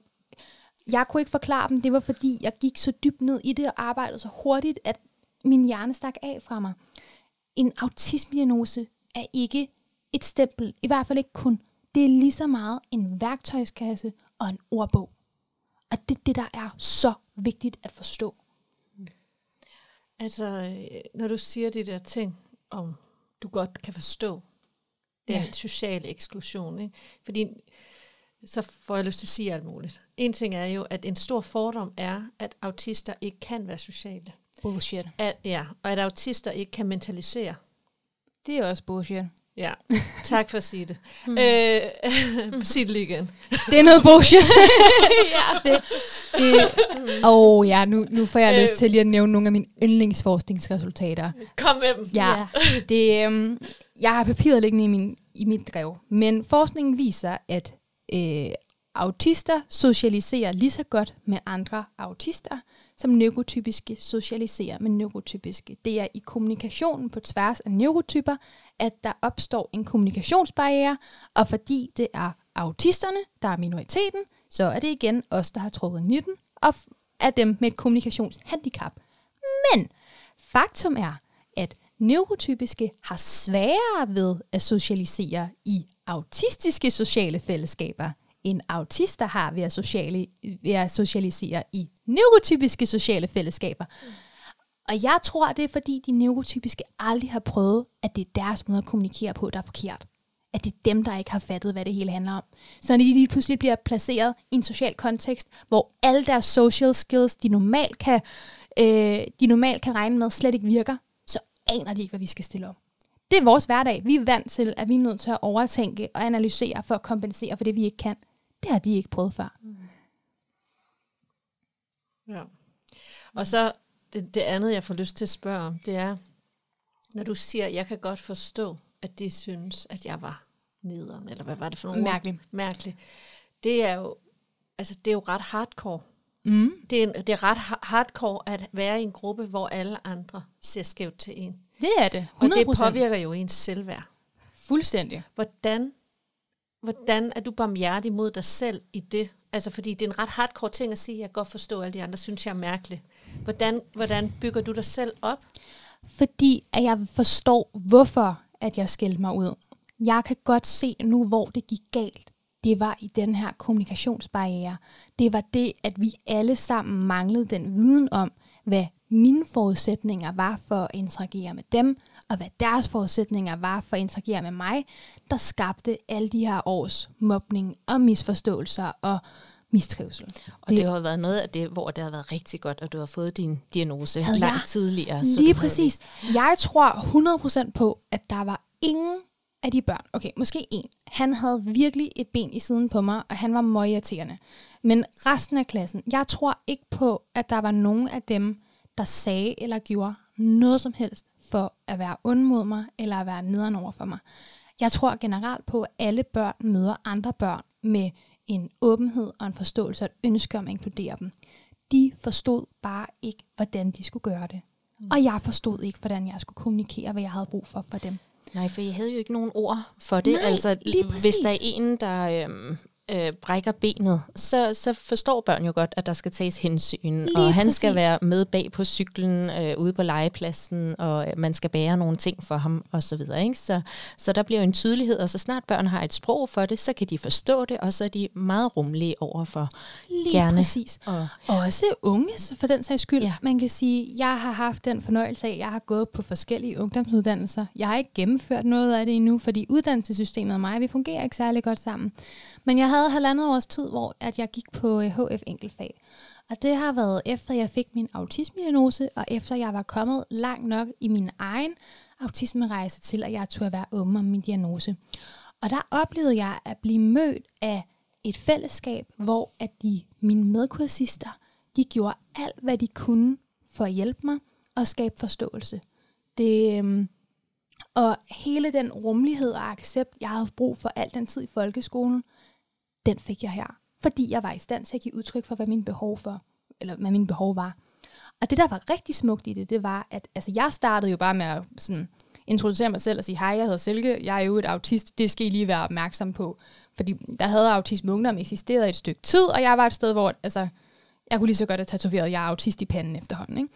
jeg kunne ikke forklare dem. Det var, fordi jeg gik så dybt ned i det og arbejdede så hurtigt, at min hjerne stak af fra mig. En autismediagnose er ikke et stempel, i hvert fald ikke kun. Det er lige så meget en værktøjskasse og en ordbog. Og det er det, der er så vigtigt at forstå. Altså, når du siger de der ting, om du godt kan forstå den ja. sociale eksklusion, ikke? Fordi så får jeg lyst til at sige alt muligt. En ting er jo, at en stor fordom er, at autister ikke kan være sociale. Bullshit. At, ja, og at autister ikke kan mentalisere. Det er også bullshit. Ja, tak for at sige det. Hmm. Øh, sig det lige igen. Det er noget bullshit. ja. det, det, oh, ja, nu, nu får jeg øh, lyst til lige at nævne nogle af mine yndlingsforskningsresultater. Kom med dem. Ja, ja. Det, um, jeg har papiret liggende i, min, i mit drev, men forskningen viser, at øh, autister socialiserer lige så godt med andre autister, som neurotypiske socialiserer med neurotypiske. Det er i kommunikationen på tværs af neurotyper, at der opstår en kommunikationsbarriere, og fordi det er autisterne, der er minoriteten, så er det igen os, der har trukket nitten, og er dem med et kommunikationshandicap. Men faktum er, at neurotypiske har sværere ved at socialisere i autistiske sociale fællesskaber, end autister har ved at, sociale, ved at socialisere i neurotypiske sociale fællesskaber. Mm. Og jeg tror, det er fordi, de neurotypiske aldrig har prøvet, at det er deres måde at kommunikere på, der er forkert. At det er dem, der ikke har fattet, hvad det hele handler om. Så når de lige pludselig bliver placeret i en social kontekst, hvor alle deres social skills, de normalt kan, øh, de normalt kan regne med, slet ikke virker, så aner de ikke, hvad vi skal stille op. Det er vores hverdag. Vi er vant til, at vi er nødt til at overtænke og analysere for at kompensere for det, vi ikke kan. Det har de ikke prøvet før. Mm. Ja. Og så det, det andet, jeg får lyst til at spørge om, det er, når du siger, jeg kan godt forstå, at de synes, at jeg var nederen, eller hvad var det for nogle Mærkeligt. ord? Mærkeligt. Det er jo, altså det er jo ret hardcore. Mm. Det er, en, det er ret hardcore at være i en gruppe, hvor alle andre ser skævt til en. Det er det. hundrede procent. Og det påvirker jo ens selvværd. Fuldstændig. Hvordan, hvordan er du barmhjertig mod dig selv i det? Altså fordi det er en ret hardcore ting at sige, jeg kan godt forstå, at alle de andre synes, jeg er mærkelig. Hvordan, hvordan bygger du dig selv op? Fordi at jeg forstår, hvorfor at jeg skældte mig ud. Jeg kan godt se nu, hvor det gik galt. Det var i den her kommunikationsbarriere. Det var det, at vi alle sammen manglede den viden om, hvad mine forudsætninger var for at interagere med dem, og hvad deres forudsætninger var for at interagere med mig, der skabte alle de her års mobning og misforståelser og mistrivsel. Og det, det har været noget af det, hvor det har været rigtig godt, at du har fået din diagnose langt jeg? tidligere. Så lige præcis. Jeg tror hundrede procent på, at der var ingen af de børn, okay, måske en, han havde virkelig et ben i siden på mig, og han var møgirriterende. Men resten af klassen, jeg tror ikke på, at der var nogen af dem, der sagde eller gjorde noget som helst for at være ond mod mig, eller at være nederen over for mig. Jeg tror generelt på, at alle børn møder andre børn med en åbenhed og en forståelse og et ønske om at inkludere dem. De forstod bare ikke, hvordan de skulle gøre det. Mm. Og jeg forstod ikke, hvordan jeg skulle kommunikere, hvad jeg havde brug for for dem. Nej, for I havde jo ikke nogen ord for det. Nej, altså, hvis der er en, der øhm, øh, brækker benet, så, så forstår børn jo godt, at der skal tages hensyn. Lige og han præcis. Skal være med bag på cyklen, øh, ude på legepladsen, og man skal bære nogle ting for ham, og så videre. Ikke? Så, så der bliver jo en tydelighed, og så snart børn har et sprog for det, så kan de forstå det, og så er de meget rummelige over for Lige gerne. præcis. Og, og også unge, for den sags skyld. Ja. Man kan sige, jeg har haft den fornøjelse af, at jeg har gået på forskellige ungdomsuddannelser. Jeg har ikke gennemført noget af det endnu, fordi uddannelsessystemet og mig, vi fungerer ikke særlig godt sammen. Men jeg havde halvandet års tid, hvor at jeg gik på H F enkeltfag. Og det har været efter, jeg fik min autismediagnose, og efter jeg var kommet langt nok i min egen autismerejse til, at jeg turde være åben om min diagnose. Og der oplevede jeg at blive mødt af et fællesskab, hvor at de, mine medkursister, de gjorde alt, hvad de kunne for at hjælpe mig og skabe forståelse. Det, øhm, og hele den rummelighed og accept, jeg havde brug for al den tid i folkeskolen, den fik jeg her. Fordi jeg var i stand til at give udtryk for, hvad mine behov, for, eller hvad mine behov var. Og det, der var rigtig smukt i det, det var, at altså, jeg startede jo bare med at sådan, introducere mig selv og sige, hej, jeg hedder Silke, jeg er jo et autist, det skal I lige være opmærksom på. Fordi der havde Autisme Ungdom eksisteret i et stykke tid, og jeg var et sted, hvor altså, jeg kunne lige så godt have tatoveret, jeg er autist i panden efterhånden. Ikke?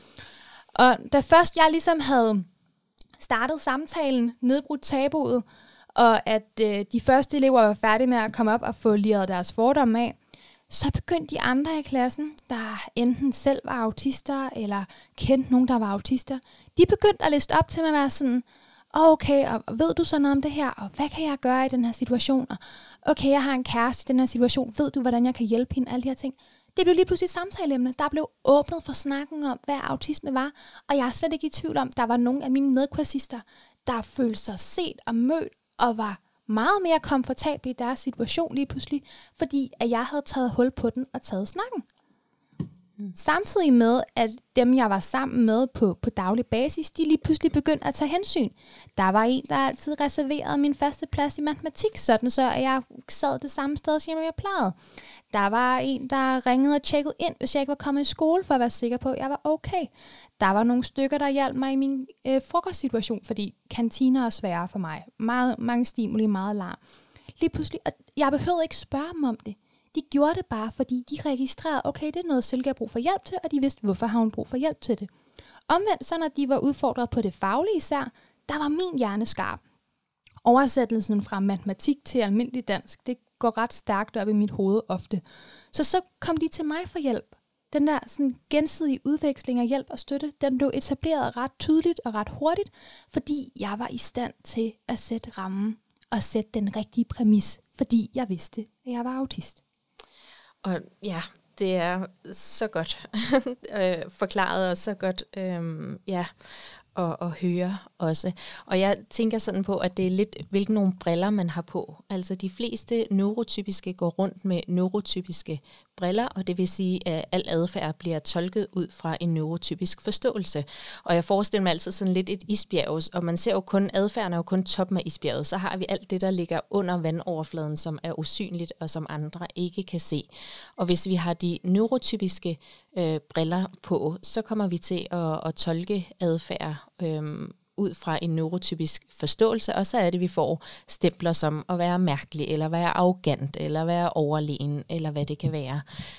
Og da først jeg ligesom havde startet samtalen, nedbrudt tabuet, og at øh, de første elever var færdige med at komme op og få liret deres fordomme af, så begyndte de andre i klassen, der enten selv var autister, eller kendte nogen, der var autister, de begyndte at liste op til mig at være sådan, okay, og ved du så noget om det her, og hvad kan jeg gøre i den her situation, og okay, jeg har en kæreste i den her situation, ved du, hvordan jeg kan hjælpe hende, alle de her ting. Det blev lige pludselig et samtaleemne. Der blev åbnet for snakken om, hvad autisme var, og jeg er slet ikke i tvivl om, der var nogle af mine medkursister, der følte sig set og mødt, og var meget mere komfortable i deres situation lige pludselig, fordi at jeg havde taget hul på den og taget snakken. Mm. Samtidig med, at dem, jeg var sammen med på, på daglig basis, de lige pludselig begyndte at tage hensyn. Der var en, der altid reserverede min faste plads i matematik, sådan så at jeg sad det samme sted, som jeg plejede. Der var en, der ringede og tjekkede ind, hvis jeg ikke var kommet i skole, for at være sikker på, at jeg var okay. Der var nogle stykker, der hjalp mig i min øh, frokostsituation, fordi kantiner er svære for mig. Meget, mange stimuli, meget larm. Lige pludselig, og jeg behøvede ikke spørge dem om det. De gjorde det bare, fordi de registrerede, okay, det er noget, Silke har brug for hjælp til, og de vidste, hvorfor har hun brug for hjælp til det. Omvendt, så når de var udfordret på det faglige især, der var min hjerne skarp. Oversættelsen fra matematik til almindelig dansk, det går ret stærkt op i mit hoved ofte. Så så kom de til mig for hjælp. Den der sådan gensidige udveksling af hjælp og støtte, den blev etableret ret tydeligt og ret hurtigt, fordi jeg var i stand til at sætte rammen og sætte den rigtige præmis, fordi jeg vidste, at jeg var autist. Og ja, det er så godt forklaret og så godt, øhm, ja, at, at høre også. Og jeg tænker sådan på, at det er lidt, hvilke nogle briller man har på. Altså de fleste neurotypiske går rundt med neurotypiske briller, og det vil sige, at al adfærd bliver tolket ud fra en neurotypisk forståelse. Og jeg forestiller mig altid sådan lidt et isbjerg, og man ser jo kun, adfærden er jo kun toppen af isbjerget. Så har vi alt det, der ligger under vandoverfladen, som er usynligt, og som andre ikke kan se. Og hvis vi har de neurotypiske øh, briller på, så kommer vi til at, at tolke adfærd øh, ud fra en neurotypisk forståelse, og så er det, vi får stempler som at være mærkelig, eller være arrogant, eller være overlegen, eller hvad det kan være.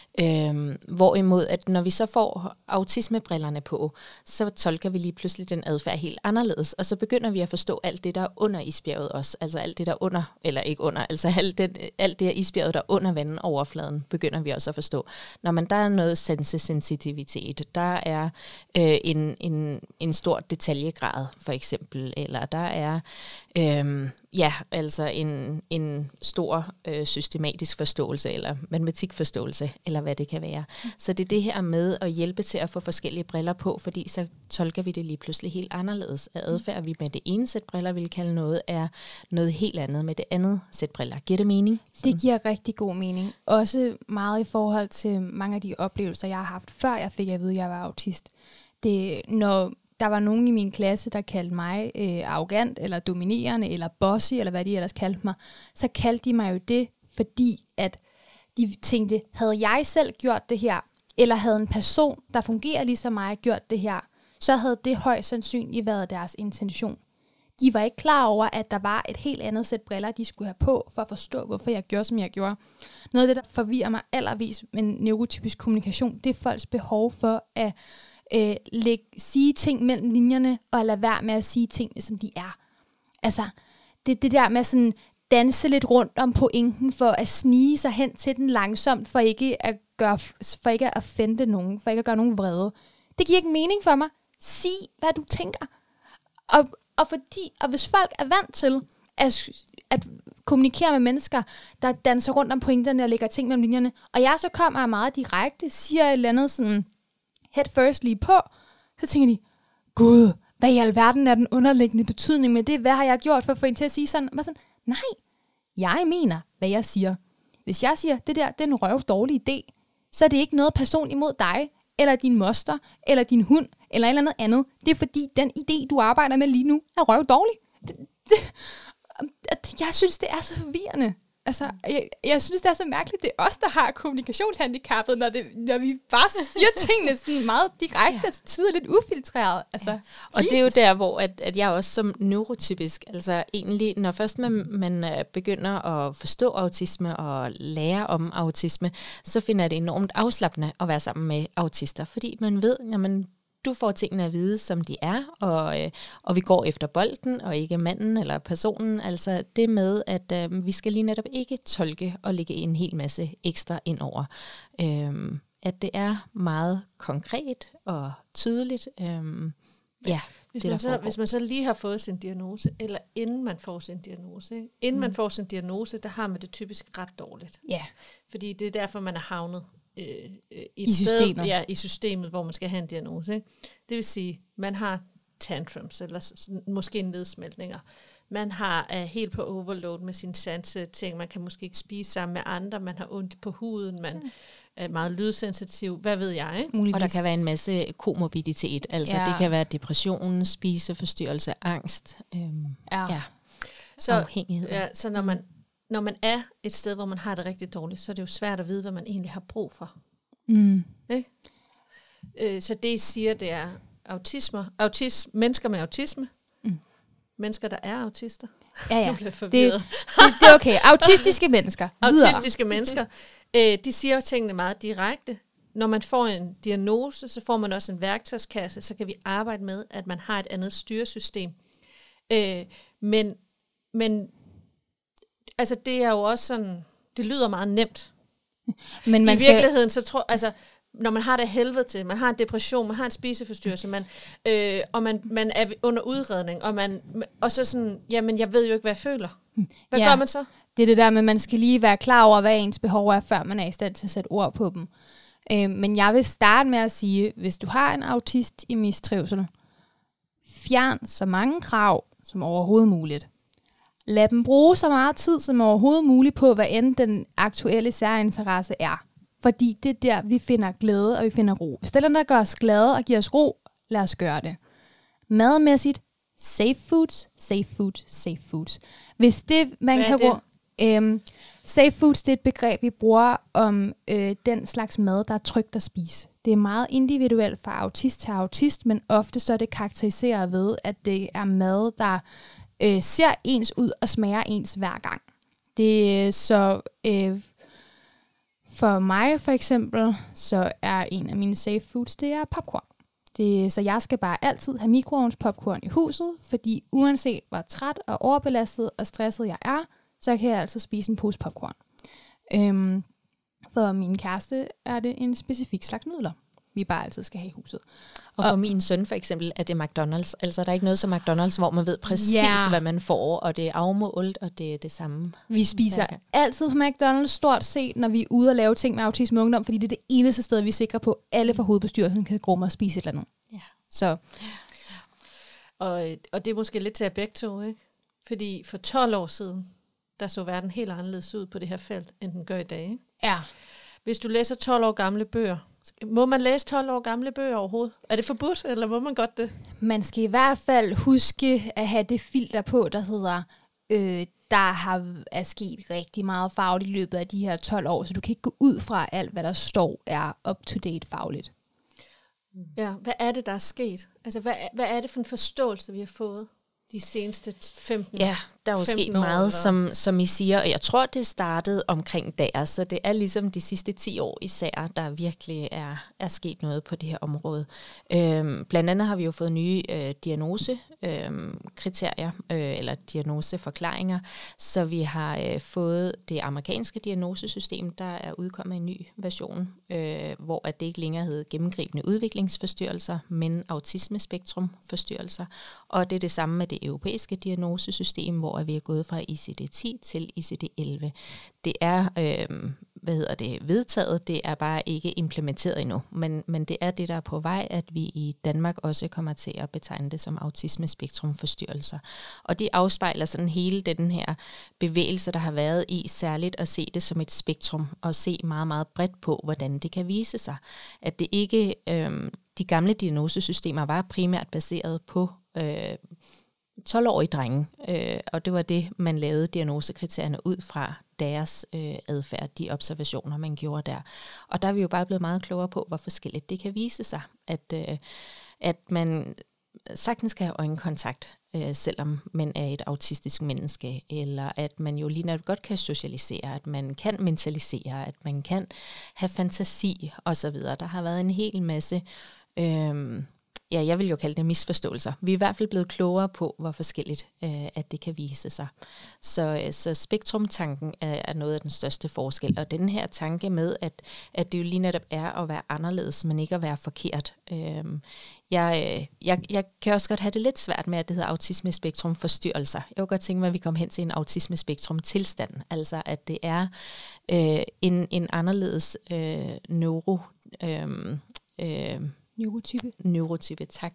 Øhm, hvorimod, at når vi så får autismebrillerne på, så tolker vi lige pludselig den adfærd helt anderledes, og så begynder vi at forstå alt det, der er under isbjerget også, altså alt det, der under, eller ikke under, altså alt, den, alt det isbjerget, der er under vandoverfladen, begynder vi også at forstå. Når man der er noget sensesensitivitet, der er øh, en, en, en stor detaljegrad, for eksempel, eller der er øhm, ja, altså en, en stor øh, systematisk forståelse, eller matematikforståelse, eller hvad det kan være. Mm. Så det er det her med at hjælpe til at få forskellige briller på, fordi så tolker vi det lige pludselig helt anderledes. At adfærd, vi med det ene sæt briller vil kalde noget, er noget helt andet med det andet sæt briller. Giver det mening? Sådan. Det giver rigtig god mening. Også meget i forhold til mange af de oplevelser, jeg har haft, før jeg fik at vide, at jeg var autist. Det, når der var nogen i min klasse, der kaldte mig øh, arrogant, eller dominerende, eller bossy, eller hvad de ellers kaldte mig, så kaldte de mig jo det, fordi at de tænkte, havde jeg selv gjort det her, eller havde en person, der fungerer ligesom mig, gjort det her, så havde det højst sandsynligt været deres intention. De var ikke klar over, at der var et helt andet sæt briller, de skulle have på, for at forstå, hvorfor jeg gjorde, som jeg gjorde. Noget af det, der forvirrer mig allervis med neurotypisk kommunikation, det er folks behov for at øh, lægge, sige ting mellem linjerne, og lade være med at sige tingene, som de er. Altså, det, det der med sådan danse lidt rundt om pointen, for at snige sig hen til den langsomt, for ikke at gøre, for ikke at offende nogen, for ikke at gøre nogen vrede. Det giver ikke mening for mig. Sig, hvad du tænker. Og, og, fordi, og hvis folk er vant til at, at kommunikere med mennesker, der danser rundt om pointerne og lægger ting mellem linjerne, og jeg så kommer og meget direkte, siger et eller andet sådan head first lige på, så tænker de, gud, hvad i alverden er den underliggende betydning med det? Hvad har jeg gjort for at få en til at sige sådan? Og sådan, nej, jeg mener, hvad jeg siger. Hvis jeg siger, det der, det er en røv dårlig idé, så er det ikke noget person imod dig, eller din moster, eller din hund, eller et eller andet andet. Det er fordi, den idé, du arbejder med lige nu, er røv dårlig. Det, det, jeg synes, det er så forvirrende. Altså, jeg, jeg synes, det er så mærkeligt, det er os, der har kommunikationshandicappet, når, det, når vi bare siger tingene sådan meget direkte, ja. Og til tider lidt ufiltreret. Altså, ja. Og det er jo der, hvor at, at jeg også som neurotypisk, altså egentlig, når først man, man begynder at forstå autisme og lære om autisme, så finder det enormt afslappende at være sammen med autister, fordi man ved, jamen, du får tingene at vide, som de er, og, øh, og vi går efter bolden, og ikke manden eller personen. Altså det med, at øh, vi skal lige netop ikke tolke og lægge en hel masse ekstra ind over. Øh, at det er meget konkret og tydeligt. Øh, ja, hvis, det, man så, hvis man så lige har fået sin diagnose, eller inden man får sin diagnose, ikke? Inden mm. man får sin diagnose, der har man det typisk ret dårligt. Ja. Fordi det er derfor, man er havnet Øh, øh, i, I systemet. Ja, i systemet, hvor man skal have en diagnose. Ikke? Det vil sige, man har tantrums, eller s- måske nedsmeltninger. Man har er helt på overload med sine sanse ting. Man kan måske ikke spise sammen med andre. Man har ondt på huden. Man er meget lydsensitiv, hvad ved jeg, ikke? Muligvis. Og der kan være en masse komorbiditet, altså ja. det kan være depression, spiseforstyrrelse, angst, øhm, ja. Ja, så, afhængighed. Ja, så når man, når man er et sted, hvor man har det rigtig dårligt, så er det jo svært at vide, hvad man egentlig har brug for. Mm. Ikke? Øh, så det, I siger, det er autisme, autis, mennesker med autisme, mm. mennesker, der er autister. Ja, ja. Det, det, det er okay. Autistiske mennesker. Autistiske mennesker. Øh, de siger jo tingene meget direkte. Når man får en diagnose, så får man også en værktøjskasse, så kan vi arbejde med, at man har et andet styresystem. Øh, men, men altså, det er jo også sådan, det lyder meget nemt. Men man I virkeligheden, skal... så tror altså, når man har det helvede til, man har en depression, man har en spiseforstyrrelse, man, øh, og man, man er under udredning, og, man, og så sådan, jamen, jeg ved jo ikke, hvad jeg føler. Hvad ja, gør man så? Det er det der med, at man skal lige være klar over, hvad ens behov er, før man er i stand til at sætte ord på dem. Øh, men jeg vil starte med at sige, hvis du har en autist i mistrivsel, fjern så mange krav som overhovedet muligt. Lad dem bruge så meget tid som overhovedet muligt på, hvad end den aktuelle særinteresse er. Fordi det er der, vi finder glæde, og vi finder ro. Hvis det er der gør os glade og giver os ro, lad os gøre det. Madmæssigt, safe foods, safe foods, safe foods. Hvis det, man Hvad kan gå... Øhm, safe foods, det er et begreb, vi bruger om øh, den slags mad, der er trygt at spise. Det er meget individuelt fra autist til autist, men ofte så er det karakteriseret ved, at det er mad, der øh, ser ens ud og smager ens hver gang. Det er så... Øh, For mig for eksempel, så er en af mine safe foods, det er popcorn. Det, så jeg skal bare altid have mikroovns popcorn i huset, fordi uanset hvor træt og overbelastet og stresset jeg er, så kan jeg altid spise en pose popcorn. Øhm, for min kæreste er det en specifik slags nudler, vi bare altid skal have i huset. Og for og, min søn for eksempel er det McDonald's. Altså der er ikke noget som McDonald's, hvor man ved præcis, yeah. hvad man får, og det er afmålt, og det er det samme. Vi spiser altid på McDonald's stort set, når vi er ude og lave ting med autisme og ungdom, fordi det er det eneste sted, vi er sikre på, at alle fra hovedbestyrelsen kan grumme og spise et eller andet. Ja. Så. Og, og det er måske lidt til at begge to, ikke? Fordi for tolv år siden, der så verden helt anderledes ud på det her felt, end den gør i dag, ikke? Ja. Hvis du læser tolv år gamle bøger, må man læse tolv år gamle bøger overhovedet? Er det forbudt, eller må man godt det? Man skal i hvert fald huske at have det filter på, der hedder, øh, der har er sket rigtig meget fagligt i løbet af de her tolv år, så du kan ikke gå ud fra alt, hvad der står, er up-to-date fagligt. Ja, hvad er det, der er sket? Altså, hvad, hvad er det for en forståelse, vi har fået de seneste femten år? Ja, der er jo sket meget, som, som I siger, og jeg tror, det startede omkring der, så det er ligesom de sidste ti år især, der virkelig er, er sket noget på det her område. Øhm, blandt andet har vi jo fået nye øh, diagnosekriterier, øh, øh, eller diagnoseforklaringer, så vi har øh, fået det amerikanske diagnosesystem, der er udkommet en ny version, øh, hvor at det ikke længere hedder gennemgribende udviklingsforstyrrelser, men autismespektrumforstyrrelser, og det er det samme med det europæiske diagnosesystem, hvor vi er gået fra I C D ti til I C D elleve. Det er øh, hvad hedder det, vedtaget, det er bare ikke implementeret endnu, men, men det er det, der er på vej, at vi i Danmark også kommer til at betegne det som autismespektrumforstyrrelser. Og det afspejler sådan hele den her bevægelse, der har været i særligt at se det som et spektrum, og se meget, meget bredt på, hvordan det kan vise sig. At det ikke, øh, de gamle diagnosesystemer var primært baseret på øh, tolv-årige drenge, øh, og det var det, man lavede diagnosekriterierne ud fra deres øh, adfærd, de observationer, man gjorde der. Og der er vi jo bare blevet meget klogere på, hvor forskelligt det kan vise sig, at, øh, at man sagtens kan have øjenkontakt, øh, selvom man er et autistisk menneske, eller at man jo lige godt kan socialisere, at man kan mentalisere, at man kan have fantasi osv. Der har været en hel masse øh, ja, jeg vil jo kalde det misforståelser. Vi er i hvert fald blevet klogere på, hvor forskelligt øh, at det kan vise sig. Så, øh, så spektrumtanken er, er noget af den største forskel. Og den her tanke med, at, at det jo lige netop er at være anderledes, men ikke at være forkert. Øh, jeg, øh, jeg, jeg kan også godt have det lidt svært med, at det hedder autismespektrumforstyrrelser. Jeg kunne godt tænke mig, at vi kommer hen til en autismespektrumtilstand. Altså, at det er øh, en, en anderledes øh, neuro... Øh, øh, Neurotype. Neurotype, tak.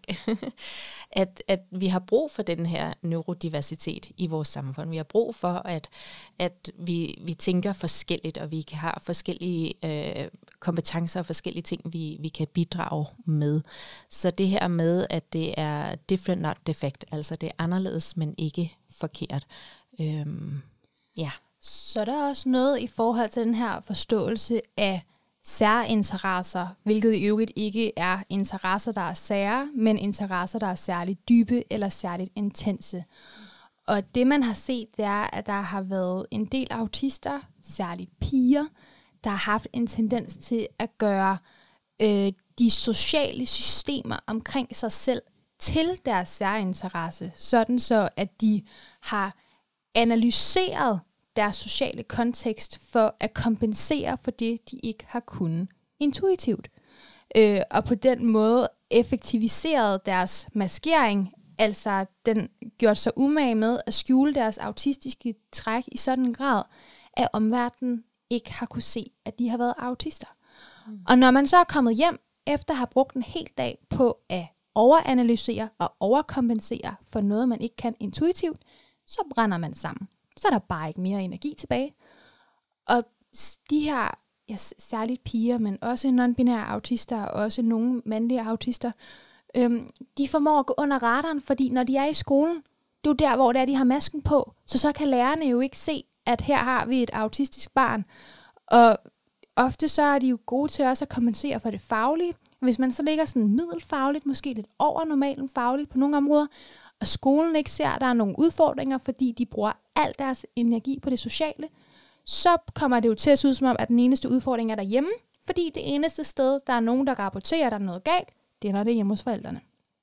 at, at vi har brug for den her neurodiversitet i vores samfund. Vi har brug for, at, at vi, vi tænker forskelligt, og vi har forskellige øh, kompetencer og forskellige ting, vi, vi kan bidrage med. Så det her med, at det er different, not defect, altså det er anderledes, men ikke forkert. Øhm, ja. Så er der også noget i forhold til den her forståelse af særinteresser, hvilket i øvrigt ikke er interesser, der er sære, men interesser, der er særligt dybe eller særligt intense. Og det, man har set, det er, at der har været en del autister, særligt piger, der har haft en tendens til at gøre øh, de sociale systemer omkring sig selv til deres særinteresse, sådan så at de har analyseret deres sociale kontekst for at kompensere for det, de ikke har kunnet intuitivt. Øh, og på den måde effektiviseret deres maskering, altså den gjort sig umage med at skjule deres autistiske træk i sådan en grad, at omverdenen ikke har kunne se, at de har været autister. Mm. Og når man så er kommet hjem, efter at have brugt en hel dag på at overanalysere og overkompensere for noget, man ikke kan intuitivt, så brænder man sammen. Så er der bare ikke mere energi tilbage. Og de her, ja, særligt piger, men også non-binære autister, og også nogle mandlige autister, øhm, de formår at gå under radaren, fordi når de er i skolen, det er jo der, hvor det er, de har masken på, så så kan lærerne jo ikke se, at her har vi et autistisk barn. Og ofte så er de jo gode til også at kompensere for det faglige. Hvis man så ligger sådan middelfagligt, måske lidt over normalen fagligt på nogle områder, og skolen ikke ser, at der er nogle udfordringer, fordi de bruger al deres energi på det sociale, så kommer det jo til at se ud som om, at den eneste udfordring er derhjemme, fordi det eneste sted, der er nogen, der rapporterer, at der er noget galt, det er, når det er hjemme hos forældrene.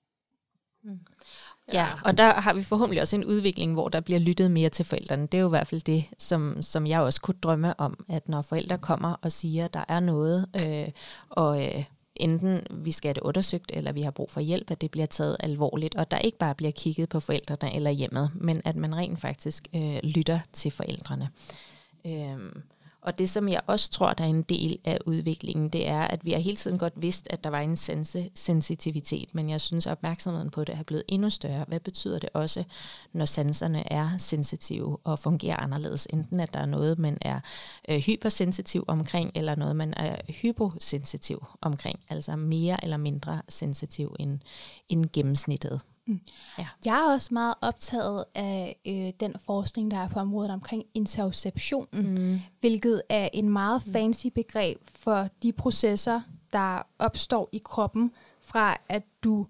Mm. Ja, og der har vi forhåbentlig også en udvikling, hvor der bliver lyttet mere til forældrene. Det er jo i hvert fald det, som, som jeg også kunne drømme om, at når forældre kommer og siger, at der er noget, øh, og øh, enten vi skal have det undersøgt, eller vi har brug for hjælp, at det bliver taget alvorligt, og der ikke bare bliver kigget på forældrene eller hjemmet, men at man rent faktisk øh, lytter til forældrene. Øhm, og det, som jeg også tror, der er en del af udviklingen, det er, at vi har hele tiden godt vidst, at der var en sansesensitivitet, men jeg synes, at opmærksomheden på det er blevet endnu større. Hvad betyder det også, når sanserne er sensitive og fungerer anderledes? Enten at der er noget, man er øh, hypersensitiv omkring, eller noget, man er hyposensitiv omkring, altså mere eller mindre sensitiv end, end gennemsnittet. Mm. Ja. Jeg er også meget optaget af øh, den forskning, der er på området omkring interoceptionen, mm. hvilket er en meget fancy begreb for de processer, der opstår i kroppen, fra at du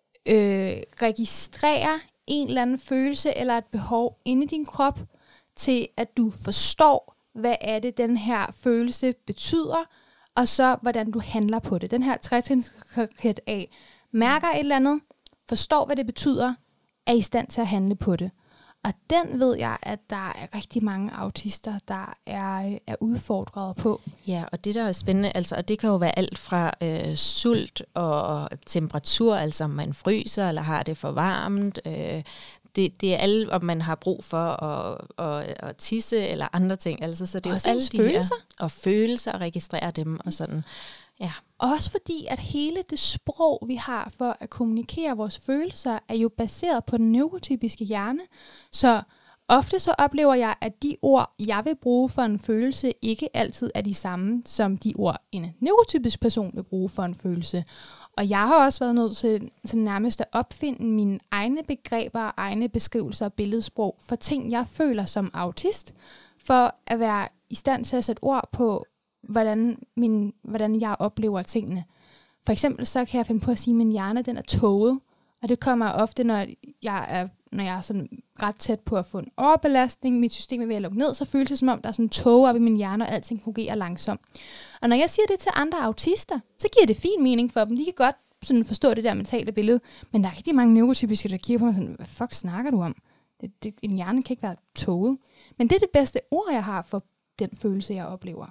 øh, registrerer en eller anden følelse eller et behov inde i din krop, til at du forstår, hvad er det, den her følelse betyder, og så hvordan du handler på det. Den her tretrinsraket af mærker et eller andet, forstår, hvad det betyder, er i stand til at handle på det. Og den ved jeg, at der er rigtig mange autister, der er, er udfordret på. Ja, og det der er spændende, altså, og det kan jo være alt fra øh, sult og temperatur, altså om man fryser eller har det for varmt. Øh, det, det er alle, om man har brug for at, at, at tisse eller andre ting. Altså, så det er også jo alle de følelser. Her, og følelser og registrere dem og sådan. Ja. Også fordi, at hele det sprog, vi har for at kommunikere vores følelser, er jo baseret på den neurotypiske hjerne. Så ofte så oplever jeg, at de ord, jeg vil bruge for en følelse, ikke altid er de samme, som de ord, en neurotypisk person vil bruge for en følelse. Og jeg har også været nødt til, til nærmest at opfinde mine egne begreber, egne beskrivelser og billedsprog for ting, jeg føler som autist, for at være i stand til at sætte ord på, Hvordan, min, hvordan jeg oplever tingene. For eksempel så kan jeg finde på at sige, at min hjerne den er tåget, og det kommer ofte, når jeg er, når jeg er sådan ret tæt på at få en overbelastning, mit system er ved at lukke ned, så føles det som om, der er sådan en tåge op i min hjerne, og alting fungerer langsomt. Og når jeg siger det til andre autister, så giver det fin mening for dem. De kan godt sådan forstå det der mentale billede, men der er rigtig mange neurotypiske, der kigger på mig sådan, hvad fuck snakker du om? Det, det, en hjerne kan ikke være tåget. Men det er det bedste ord, jeg har for den følelse, jeg oplever.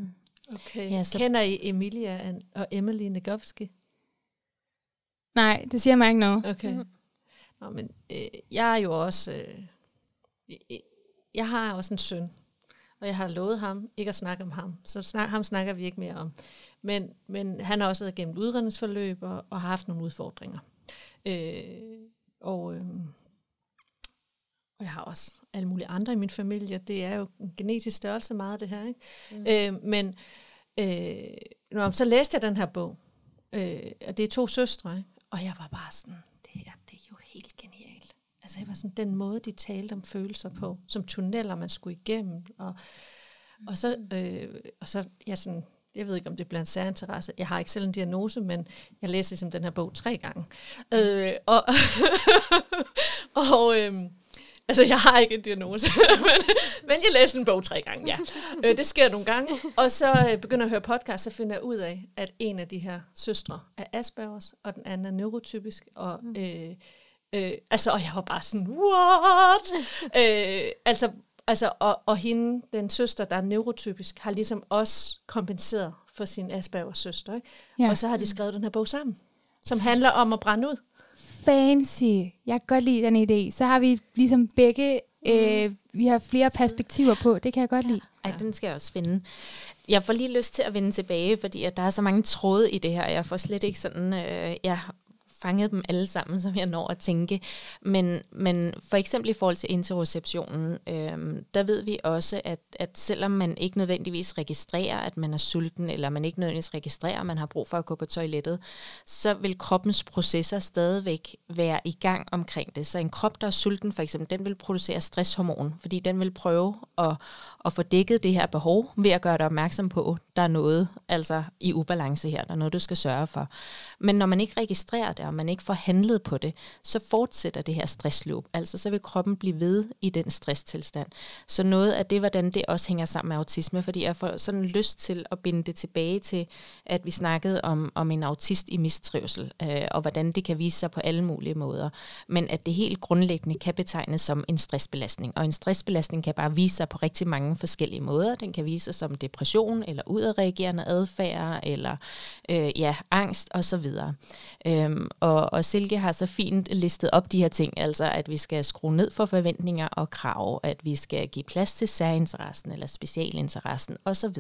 Okay. Ja, så Kender I Emilia og Emily Nagoski? Nej, det siger mig ikke noget. Okay. Mm. Nå, men øh, jeg er jo også... Øh, jeg har også en søn. og jeg har lovet ham ikke at snakke om ham. Så snak, ham snakker vi ikke mere om. Men, men han har også været igennem et udredningsforløb og, og har haft nogle udfordringer. Øh, og, øh, og jeg har også alle mulige andre i min familie. Det er jo en genetisk størrelse meget det her. Ikke? Mm. Øh, men øh, når, så læste jeg den her bog, øh, og det er to søstre, ikke? Og jeg var bare sådan, det her, det er jo helt genialt. Altså jeg var sådan, den måde, de talte om følelser på, som tunneller, man skulle igennem. Og, og så, øh, og så ja, sådan, jeg ved ikke, om det er blandt særinteresse. Jeg har ikke selv en diagnose, men jeg læser ligesom den her bog tre gange. Øh, og og øh, altså, jeg har ikke en diagnose, men, men jeg læser en bog tre gange, ja. Øh, det sker nogle gange. Og så øh, begynder jeg at høre podcast, så finder jeg ud af, at en af de her søstre er Aspergers, og den anden er neurotypisk. Og, øh, øh, altså, og jeg var bare sådan, what? øh, altså, altså, og, og hende, den søster, der er neurotypisk, har ligesom også kompenseret for sin Aspergers søster. Ikke? Ja. Og så har de skrevet den her bog sammen, som handler om at brænde ud. Fancy. Jeg kan godt lide den idé. Så har vi ligesom begge, øh, vi har flere perspektiver på. Det kan jeg godt lide. Ej, den skal jeg også finde. Jeg får lige lyst til at vende tilbage, fordi at der er så mange tråde i det her. Jeg får slet ikke sådan, øh, jeg fanget dem alle sammen, som jeg når at tænke. Men, men for eksempel i forhold til interoceptionen, øh, der ved vi også, at, at selvom man ikke nødvendigvis registrerer, at man er sulten, eller man ikke nødvendigvis registrerer, at man har brug for at gå på toilettet, så vil kroppens processer stadigvæk være i gang omkring det. Så en krop, der er sulten for eksempel, den vil producere stresshormon, fordi den vil prøve at, at få dækket det her behov, ved at gøre dig opmærksom på, at der er noget altså i ubalance her, der er noget, du skal sørge for. Men når man ikke registrerer det, og man ikke får handlet på det, så fortsætter det her stressloop. Altså så vil kroppen blive ved i den stresstilstand. Så noget af det, hvordan det også hænger sammen med autisme, fordi jeg får sådan lyst til at binde det tilbage til, at vi snakkede om, om en autist i mistrivsel, øh, og hvordan det kan vise sig på alle mulige måder. Men at det helt grundlæggende kan betegnes som en stressbelastning. Og en stressbelastning kan bare vise sig på rigtig mange forskellige måder. Den kan vise sig som depression, eller udadreagerende adfærd, eller øh, ja, angst osv. Øhm, og, og Silke har så fint listet op de her ting, altså at vi skal skrue ned for forventninger og krav, at vi skal give plads til særinteressen eller specialinteressen osv.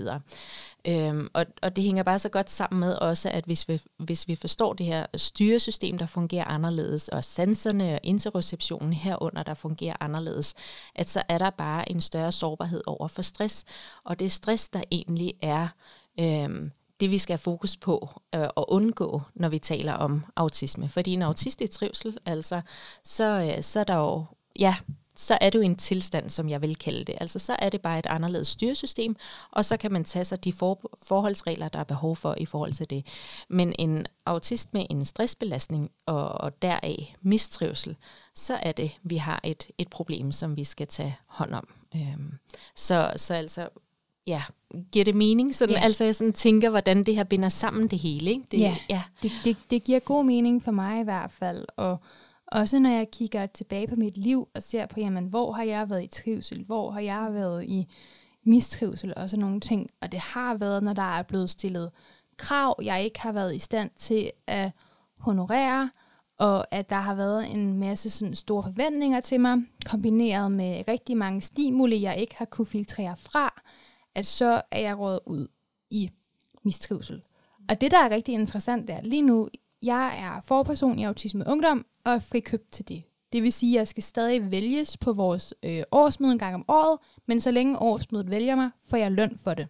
Øhm, og, og det hænger bare så godt sammen med også, at hvis vi, hvis vi forstår det her styresystem, der fungerer anderledes, og sanserne og interoceptionen herunder, der fungerer anderledes, at så er der bare en større sårbarhed over for stress. Og det stress, der egentlig er øhm, det, vi skal have fokus på øh, at undgå, når vi taler om autisme. Fordi en autist i trivsel, altså, så, øh, så er der jo, ja, så er det jo en tilstand, som jeg vil kalde det. Altså, så er det bare et anderledes styresystem, og så kan man tage sig de for, forholdsregler, der er behov for i forhold til det. Men en autist med en stressbelastning og, og deraf mistrivsel, så er det, vi har et, et problem, som vi skal tage hånd om. Øhm, så, så altså... Ja, giver det mening? Sådan, ja. Altså jeg sådan tænker, hvordan det her binder sammen det hele. Ikke? Det, ja, ja. Det, det, det giver god mening for mig i hvert fald. Og også når jeg kigger tilbage på mit liv og ser på, jamen, hvor har jeg været i trivsel? Hvor har jeg været i mistrivsel? Og sådan nogle ting. Og det har været, når der er blevet stillet krav, jeg ikke har været i stand til at honorere. Og at der har været en masse sådan store forventninger til mig, kombineret med rigtig mange stimuli, jeg ikke har kunne filtrere fra, at så er jeg rådet ud i mistrivsel. Og det, der er rigtig interessant, er lige nu, jeg er forperson i Autisme Ungdom, og er frikøbt til det. Det vil sige, at jeg skal stadig vælges på vores øh, årsmøde en gang om året, men så længe årsmødet vælger mig, får jeg løn for det.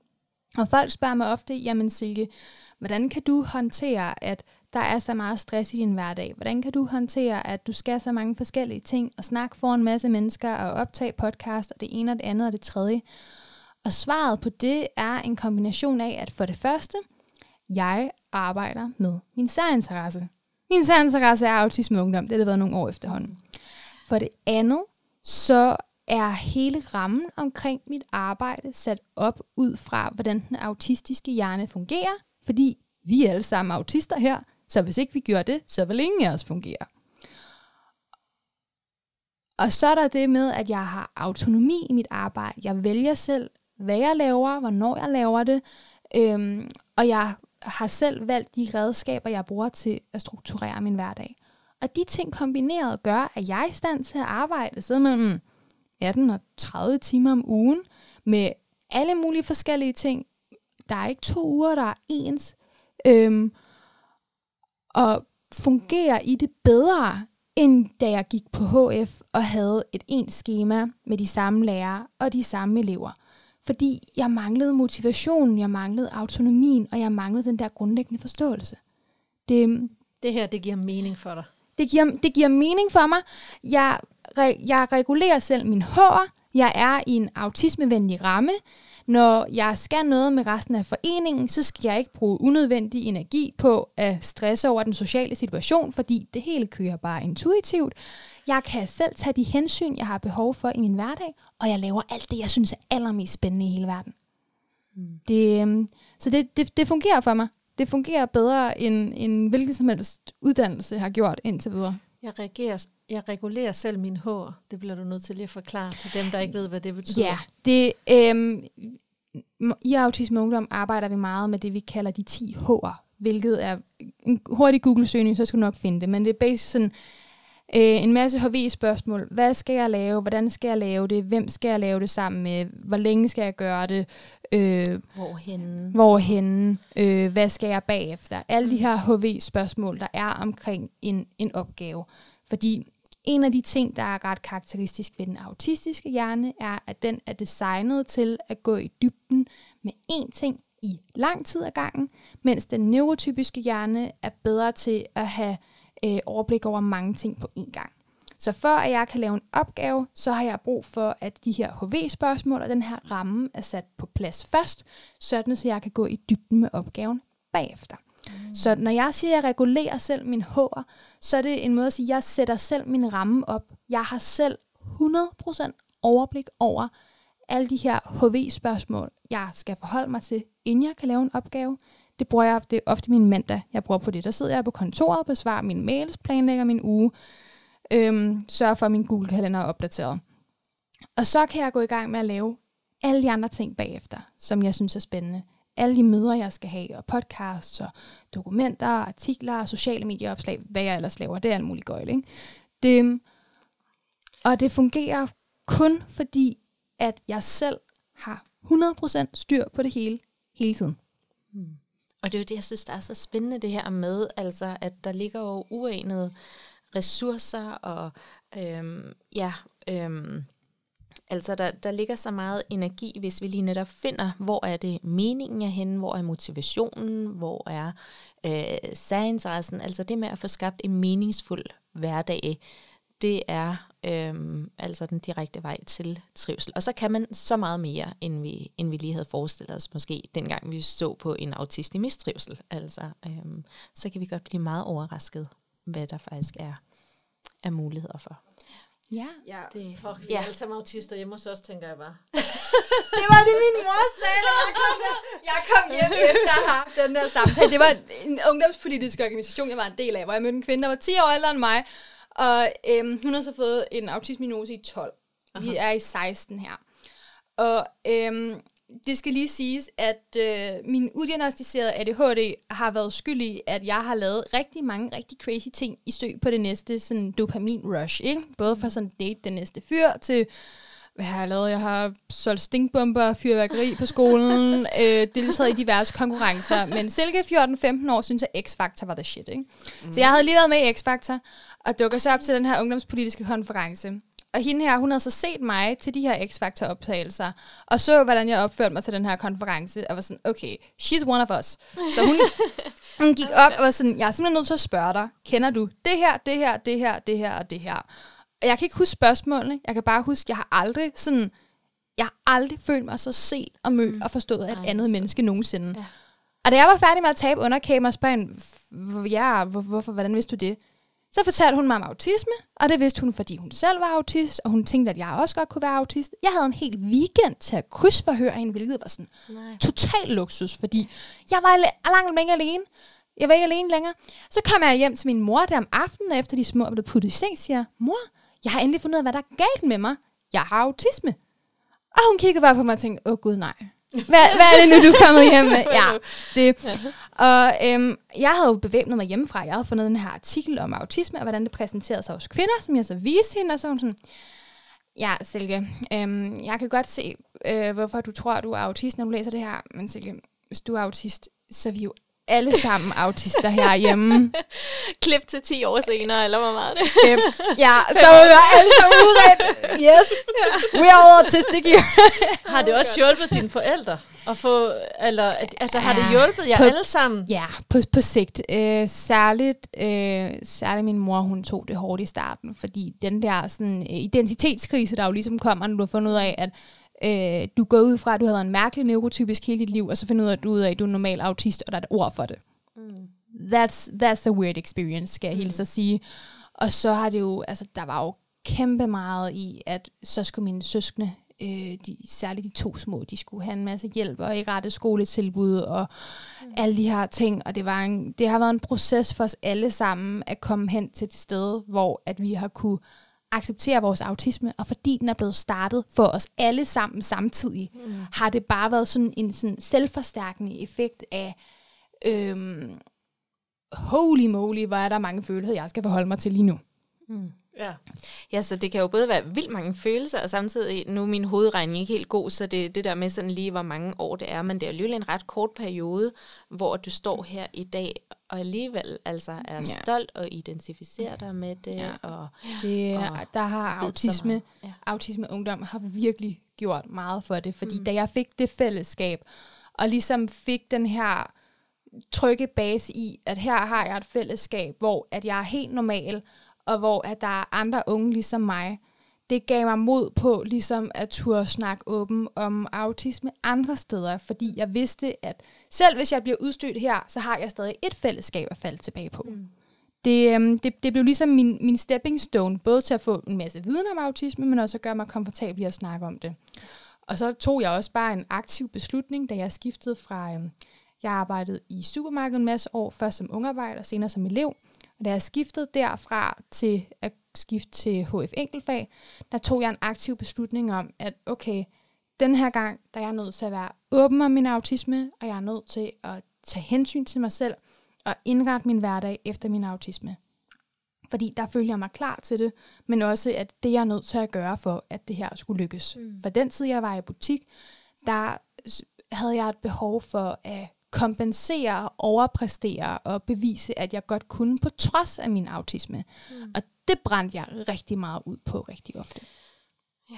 Og folk spørger mig ofte, jamen Silke, hvordan kan du håndtere, at der er så meget stress i din hverdag? Hvordan kan du håndtere, at du skal så mange forskellige ting, og snakke for en masse mennesker, og optage podcast, og det ene og det andet og det tredje? Og svaret på det er en kombination af, at for det første, jeg arbejder med min særinteresse. Min særinteresse er Autisme Ungdom, det har det været nogle år efterhånden. For det andet, så er hele rammen omkring mit arbejde sat op ud fra, hvordan den autistiske hjerne fungerer, fordi vi er alle sammen autister her, så hvis ikke vi gør det, så vil ingen af os fungere. Og så er der det med, at jeg har autonomi i mit arbejde. Jeg vælger selv, hvad jeg laver, hvornår jeg laver det, øhm, og jeg har selv valgt de redskaber, jeg bruger til at strukturere min hverdag. Og de ting kombineret gør, at jeg er i stand til at arbejde sidde mellem atten og tredive timer om ugen, med alle mulige forskellige ting. Der er ikke to uger, der er ens. Øhm, og fungerer i det bedre, end da jeg gik på H F og havde et ens skema med de samme lærere og de samme elever. Fordi jeg manglede motivationen, jeg manglede autonomien, og jeg manglede den der grundlæggende forståelse. Det, Det her, det giver mening for dig. det, giver, det giver mening for mig. Jeg, jeg regulerer selv min hår. Jeg er i en autismevenlig ramme. Når jeg skal noget med resten af foreningen, så skal jeg ikke bruge unødvendig energi på at stresse over den sociale situation, fordi det hele kører bare intuitivt. Jeg kan selv tage de hensyn, jeg har behov for i min hverdag, og jeg laver alt det, jeg synes er allermest spændende i hele verden. Mm. Det, så det, det, det fungerer for mig. Det fungerer bedre, end, end hvilken som helst uddannelse har gjort indtil videre. Jeg, reagerer, jeg regulerer selv min hår. Det bliver du nødt til lige at forklare til dem, der ikke ved, hvad det betyder. Ja, det, øhm, i Autisme Ungdom arbejder vi meget med det, vi kalder de ti H'er, hvilket er en hurtig Google-søgning, så skal du nok finde det. Men det er basisk sådan øh, en masse H V-spørgsmål. Hvad skal jeg lave? Hvordan skal jeg lave det? Hvem skal jeg lave det sammen med? Hvor længe skal jeg gøre det? Øh, Hvorhenne? Hvorhenne? Øh, hvad skal jeg bagefter? Alle de her H V-spørgsmål, der er omkring en, en opgave. Fordi en af de ting, der er ret karakteristisk ved den autistiske hjerne, er, at den er designet til at gå i dybden med én ting i lang tid ad gangen, mens den neurotypiske hjerne er bedre til at have øh, overblik over mange ting på én gang. Så for at jeg kan lave en opgave, så har jeg brug for, at de her H V-spørgsmål og den her ramme er sat på plads først, sådan så jeg kan gå i dybden med opgaven bagefter. Mm. Så når jeg siger, at jeg regulerer selv min hår, så er det en måde at sige, at jeg sætter selv min ramme op. Jeg har selv hundrede procent overblik over alle de her H V-spørgsmål, jeg skal forholde mig til, inden jeg kan lave en opgave. Det bruger jeg, det er ofte min mandag, jeg bruger på det. Der sidder jeg på kontoret, besvarer mine mails, planlægger min uge, øhm, sørger for, at min Google-kalender er opdateret. Og så kan jeg gå i gang med at lave alle de andre ting bagefter, som jeg synes er spændende. Alle de møder, jeg skal have, og podcasts, og dokumenter, artikler, sociale medieopslag, hvad jeg ellers laver, det er alt muligt gøjl, ikke? Det, og det fungerer kun fordi, at jeg selv har hundrede procent styr på det hele, hele tiden. Hmm. Og det er jo det, jeg synes, der er så spændende, det her med, altså, at der ligger jo uanede ressourcer, og øhm, ja, øhm, altså der, der ligger så meget energi, hvis vi lige netop finder, hvor er det meningen er henne, hvor er motivationen, hvor er øh, særinteressen, altså det med at få skabt en meningsfuld hverdag, det er øhm, altså den direkte vej til trivsel. Og så kan man så meget mere, end vi, end vi lige havde forestillet os, måske dengang vi så på en autist i mistrivsel. Altså, øhm, så kan vi godt blive meget overrasket, hvad der faktisk er, er muligheder for. Ja, Ja, Det- fuck, vi ja. er alle sammen autister hjemme hos os, tænker jeg bare. det var det, min mor sagde, da jeg kom, jeg kom hjem efter at have haft den der samtale. Det var en ungdomspolitisk organisation, jeg var en del af, hvor jeg mødte en kvinde, der var ti år ældre end mig, og øhm, hun har så fået en autisminose i tolv. Aha. Vi er i seksten her. Og øhm, det skal lige siges, at øh, min udiagnosticerede A D H D har været skyld i, at jeg har lavet rigtig mange rigtig crazy ting i søg på det næste sådan dopamin-rush, ikke? Både fra sådan date den næste fyr til, hvad har jeg lavet? Jeg har solgt stinkbomber, fyrværkeri på skolen, øh, deltaget i diverse konkurrencer. Men Silke, fjorten femten år, synes jeg, X-Factor var the shit, ikke? Mm. Så jeg havde lige været med i X-Factor, og dukker så op til den her ungdomspolitiske konference. Og hende her, hun havde så set mig til de her X-Factor-optagelser, og så, hvordan jeg opførte mig til den her konference, og var sådan, okay, she's one of us. Så hun, hun gik op og var sådan, jeg er simpelthen nødt til at spørge dig, kender du det her, det her, det her, det her og det her? Og jeg kan ikke huske spørgsmålene, jeg kan bare huske, jeg har aldrig sådan, jeg har aldrig følt mig så set og mødt mm. og forstået af et Ej, andet så. menneske nogensinde. Ja. Og da jeg var færdig med at tabe underkæben og spørge hende, "Hvor- ja, hvor, hvorfor, hvordan vidste du det? Så fortalte hun mig om autisme, og det vidste hun, fordi hun selv var autist, og hun tænkte, at jeg også godt kunne være autist. Jeg havde en hel weekend til at krydsforhøre hende, hvilket var sådan Nej. total luksus, fordi jeg var al- langt længe alene. Jeg var ikke alene længere. Så kom jeg hjem til min mor der om aftenen, efter de små er blevet puttet i seng, siger, mor, jeg har endelig fundet ud af, hvad der er galt med mig. Jeg har autisme. Og hun kiggede bare på mig og tænkte, åh gud nej. Hvad, hvad er det nu, du er kommet hjem med? Ja, det. Og øhm, jeg havde jo bevæbnet mig hjemmefra. Jeg havde fundet den her artikel om autisme, og hvordan det præsenterede sig hos kvinder, som jeg så viste hende, og så hun sådan, Ja, Silke. Øhm, jeg kan godt se, øh, hvorfor du tror, du er autist, når du læser det her. Men Silke, hvis du er autist, så er vi jo alle sammen autister herhjemme. Klip til ti år senere, eller hvor meget det? Fem. Ja, så er vi alle sammen udredt. Yes, we are all autistic here. Har det også hjulpet dine forældre? At få, eller, altså har det hjulpet jer på, alle sammen? Ja, på, på sigt. Øh, særligt, øh, særligt min mor, hun tog det hårdt i starten, fordi den der sådan, øh, identitetskrise, der jo ligesom kommer, når du har fundet ud af, at øh, du går ud fra, at du havde en mærkelig neurotypisk hele dit liv, og så finder du ud af, at du er en normal autist, og der er et ord for det. Mm. That's, that's a weird experience, skal jeg mm. hilse at sige. Og så har det jo, altså der var jo kæmpe meget i, at så skulle mine søskende, Øh, de, særligt de to små, de skulle have en masse hjælp og i rette skoletilbud og mm. alle de her ting, og det, var en, det har været en proces for os alle sammen at komme hen til et sted, hvor at vi har kunne acceptere vores autisme, og fordi den er blevet startet for os alle sammen samtidig, mm. har det bare været sådan en sådan selvforstærkende effekt af øhm, holy moly, hvor er der mange følelser, jeg skal forholde mig til lige nu. Mm. Ja. ja, så det kan jo både være vildt mange følelser, og samtidig, nu er min hovedregning ikke helt god, så det det der med sådan lige, hvor mange år det er, men det er alligevel en ret kort periode, hvor du står her i dag, og alligevel altså er ja. stolt og identificerer dig med det. Ja. Og, det og der har autisme, ja. autisme ungdom har virkelig gjort meget for det, fordi mm. da jeg fik det fællesskab, og ligesom fik den her trygge base i, at her har jeg et fællesskab, hvor at jeg er helt normal, og hvor at der er andre unge ligesom mig, det gav mig mod på ligesom at turde snakke åben om autisme andre steder, fordi jeg vidste, at selv hvis jeg bliver udstødt her, så har jeg stadig et fællesskab at falde tilbage på. Mm. Det, øhm, det, det blev ligesom min, min stepping stone, både til at få en masse viden om autisme, men også at gøre mig komfortabel i at snakke om det. Og så tog jeg også bare en aktiv beslutning, da jeg skiftede fra, øhm, jeg arbejdede i supermarkedet en masse år, først som ungarbejder, senere som elev. Og da jeg skiftede derfra til at skifte til H F enkeltfag, der tog jeg en aktiv beslutning om, at okay, den her gang, der er jeg nødt til at være åben om min autisme, og jeg er nødt til at tage hensyn til mig selv, og indrette min hverdag efter min autisme. Fordi der følger jeg mig klar til det, men også, at det jeg er nødt til at gøre for, at det her skulle lykkes. Mm. For den tid, jeg var i butik, der havde jeg et behov for at kompensere, overpræstere og bevise, at jeg godt kunne på trods af min autisme. Mm. Og det brændte jeg rigtig meget ud på rigtig ofte. Ja.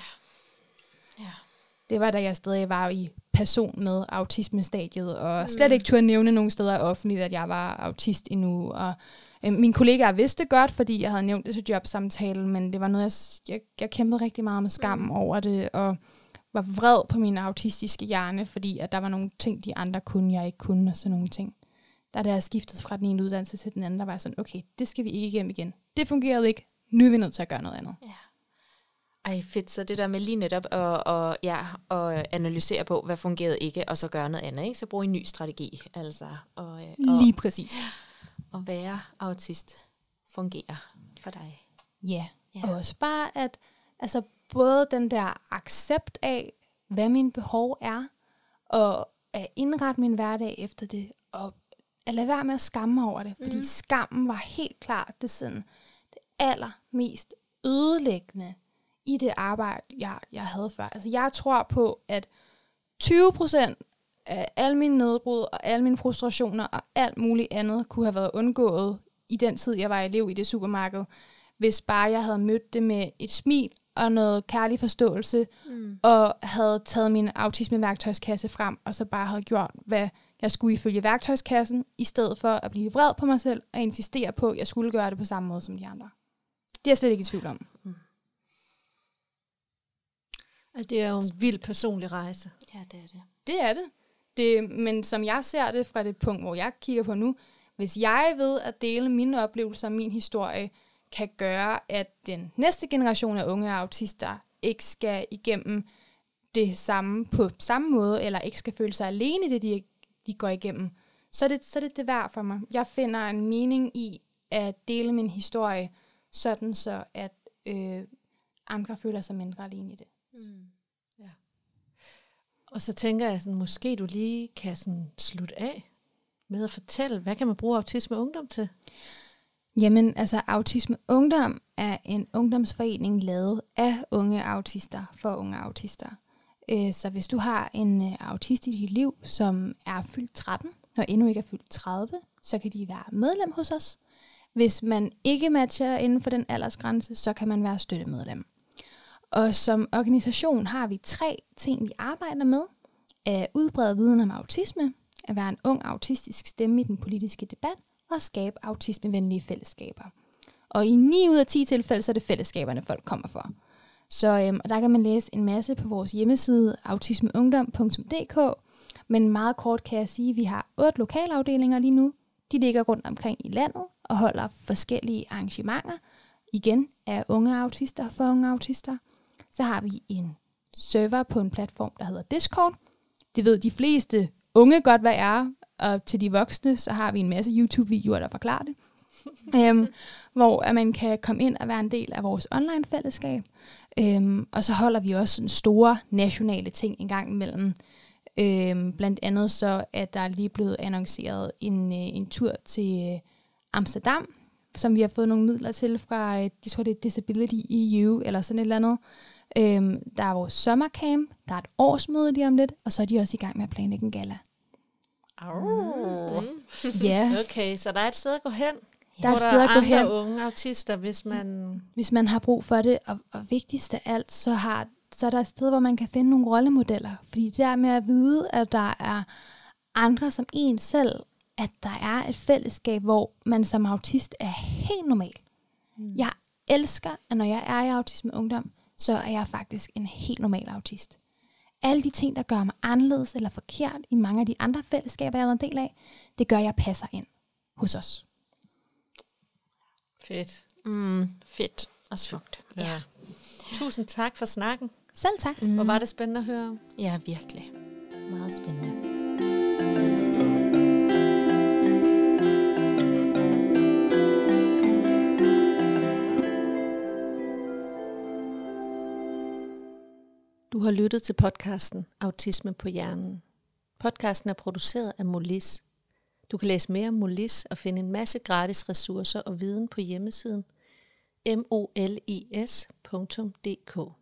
Ja. Det var da jeg stadig var i person med autismestadiet, og slet mm. ikke turde nævne nogen steder offentligt, at jeg var autist endnu. Og øh, mine kollegaer vidste godt, fordi jeg havde nævnt det til jobsamtalen, men det var noget, jeg, jeg, jeg kæmpede rigtig meget med skammen mm. over det, og var vred på min autistiske hjerne, fordi at der var nogle ting, de andre kunne, jeg ikke kunne, og sådan nogle ting. Der da jeg skiftede fra den ene uddannelse til den anden, der var jeg sådan, okay, det skal vi ikke igennem igen. Det fungerede ikke, nu er vi nødt til at gøre noget andet. Ja. Ej, fedt, så det der med lige netop at, og, ja, at analysere på, hvad fungerede ikke, og så gøre noget andet, ikke? Så bruge en ny strategi, altså. Og, og, lige præcis. At være autist fungerer for dig. Ja, yeah. Og også bare, at altså, både den der accept af, hvad mine behov er, og at indrette min hverdag efter det, og at lade være med at skamme mig over det. Fordi mm. skammen var helt klart det, sådan, det allermest ødelæggende i det arbejde, jeg, jeg havde før. Altså jeg tror på, at tyve procent af alle mine nedbrud, og alle mine frustrationer, og alt muligt andet, kunne have været undgået i den tid, jeg var elev i det supermarked, hvis bare jeg havde mødt det med et smil, og noget kærlig forståelse, mm. og havde taget min autisme-værktøjskasse frem, og så bare havde gjort, hvad jeg skulle ifølge værktøjskassen, i stedet for at blive vred på mig selv, og insistere på, at jeg skulle gøre det på samme måde som de andre. Det er jeg slet ikke i tvivl om. Mm. Altså, det er jo en vild personlig rejse. Ja, det er det. Det er det. det. Men som jeg ser det fra det punkt, hvor jeg kigger på nu, hvis jeg ved at dele mine oplevelser og min historie, kan gøre, at den næste generation af unge autister ikke skal igennem det samme på samme måde, eller ikke skal føle sig alene i det, de, de går igennem, så er, det, så er det det værd for mig. Jeg finder en mening i at dele min historie, sådan så at øh, andre føler sig mindre alene i det. Mm. Ja. Og så tænker jeg, sådan, måske du lige kan sådan slutte af med at fortælle, hvad kan man bruge autisme ungdom til? Jamen, altså autisme ungdom er en ungdomsforening lavet af unge autister for unge autister. Øh, så hvis du har en øh, autist i dit liv, som er fyldt tretten, og endnu ikke er fyldt tredive, så kan de være medlem hos os. Hvis man ikke matcher inden for den aldersgrænse, så kan man være støttemedlem. Og som organisation har vi tre ting, vi arbejder med. At udbrede viden om autisme, at være en ung autistisk stemme i den politiske debat, og skabe autismevenlige fællesskaber. Og i ni ud af ti tilfælde, så er det fællesskaberne, folk kommer for. Så øhm, og der kan man læse en masse på vores hjemmeside, autismeungdom punktum d k. Men meget kort kan jeg sige, at vi har otte lokalafdelinger lige nu. De ligger rundt omkring i landet og holder forskellige arrangementer. Igen af unge autister for unge autister. Så har vi en server på en platform, der hedder Discord. Det ved de fleste unge godt, hvad er. Og til de voksne, så har vi en masse YouTube-videoer, der forklarer det. øhm, hvor at man kan komme ind og være en del af vores online-fællesskab. Øhm, og så holder vi også sådan store nationale ting en gang imellem. Øhm, blandt andet så, at der er lige blevet annonceret en, øh, en tur til Amsterdam, som vi har fået nogle midler til fra, jeg tror det er Disability E U, eller sådan et eller andet. Øhm, der er vores sommercamp, der er et årsmøde lige om lidt, og så er de også i gang med at planlægge en gala. Oh. Ja. Okay, så der er et sted at gå hen. Der er et sted at gå hen. Andre unge autister, hvis man... Hvis man har brug for det, og, og vigtigst af alt, så, har, så er der et sted, hvor man kan finde nogle rollemodeller. Fordi det der med at vide, at der er andre som en selv, at der er et fællesskab, hvor man som autist er helt normal. Mm. Jeg elsker, at når jeg er i Autisme Ungdom, så er jeg faktisk en helt normal autist. Alle de ting, der gør mig anderledes eller forkert i mange af de andre fællesskaber, jeg har været en del af, det gør, at jeg passer ind hos os. Fedt. Mm, fedt og smukt. Ja. Ja. Tusind tak for snakken. Selv tak. Mm. Hvor var det spændende at høre om. Ja, virkelig. Meget spændende. Du har lyttet til podcasten Autisme på hjernen. Podcasten er produceret af Molis. Du kan læse mere om Molis og finde en masse gratis ressourcer og viden på hjemmesiden molis punktum d k.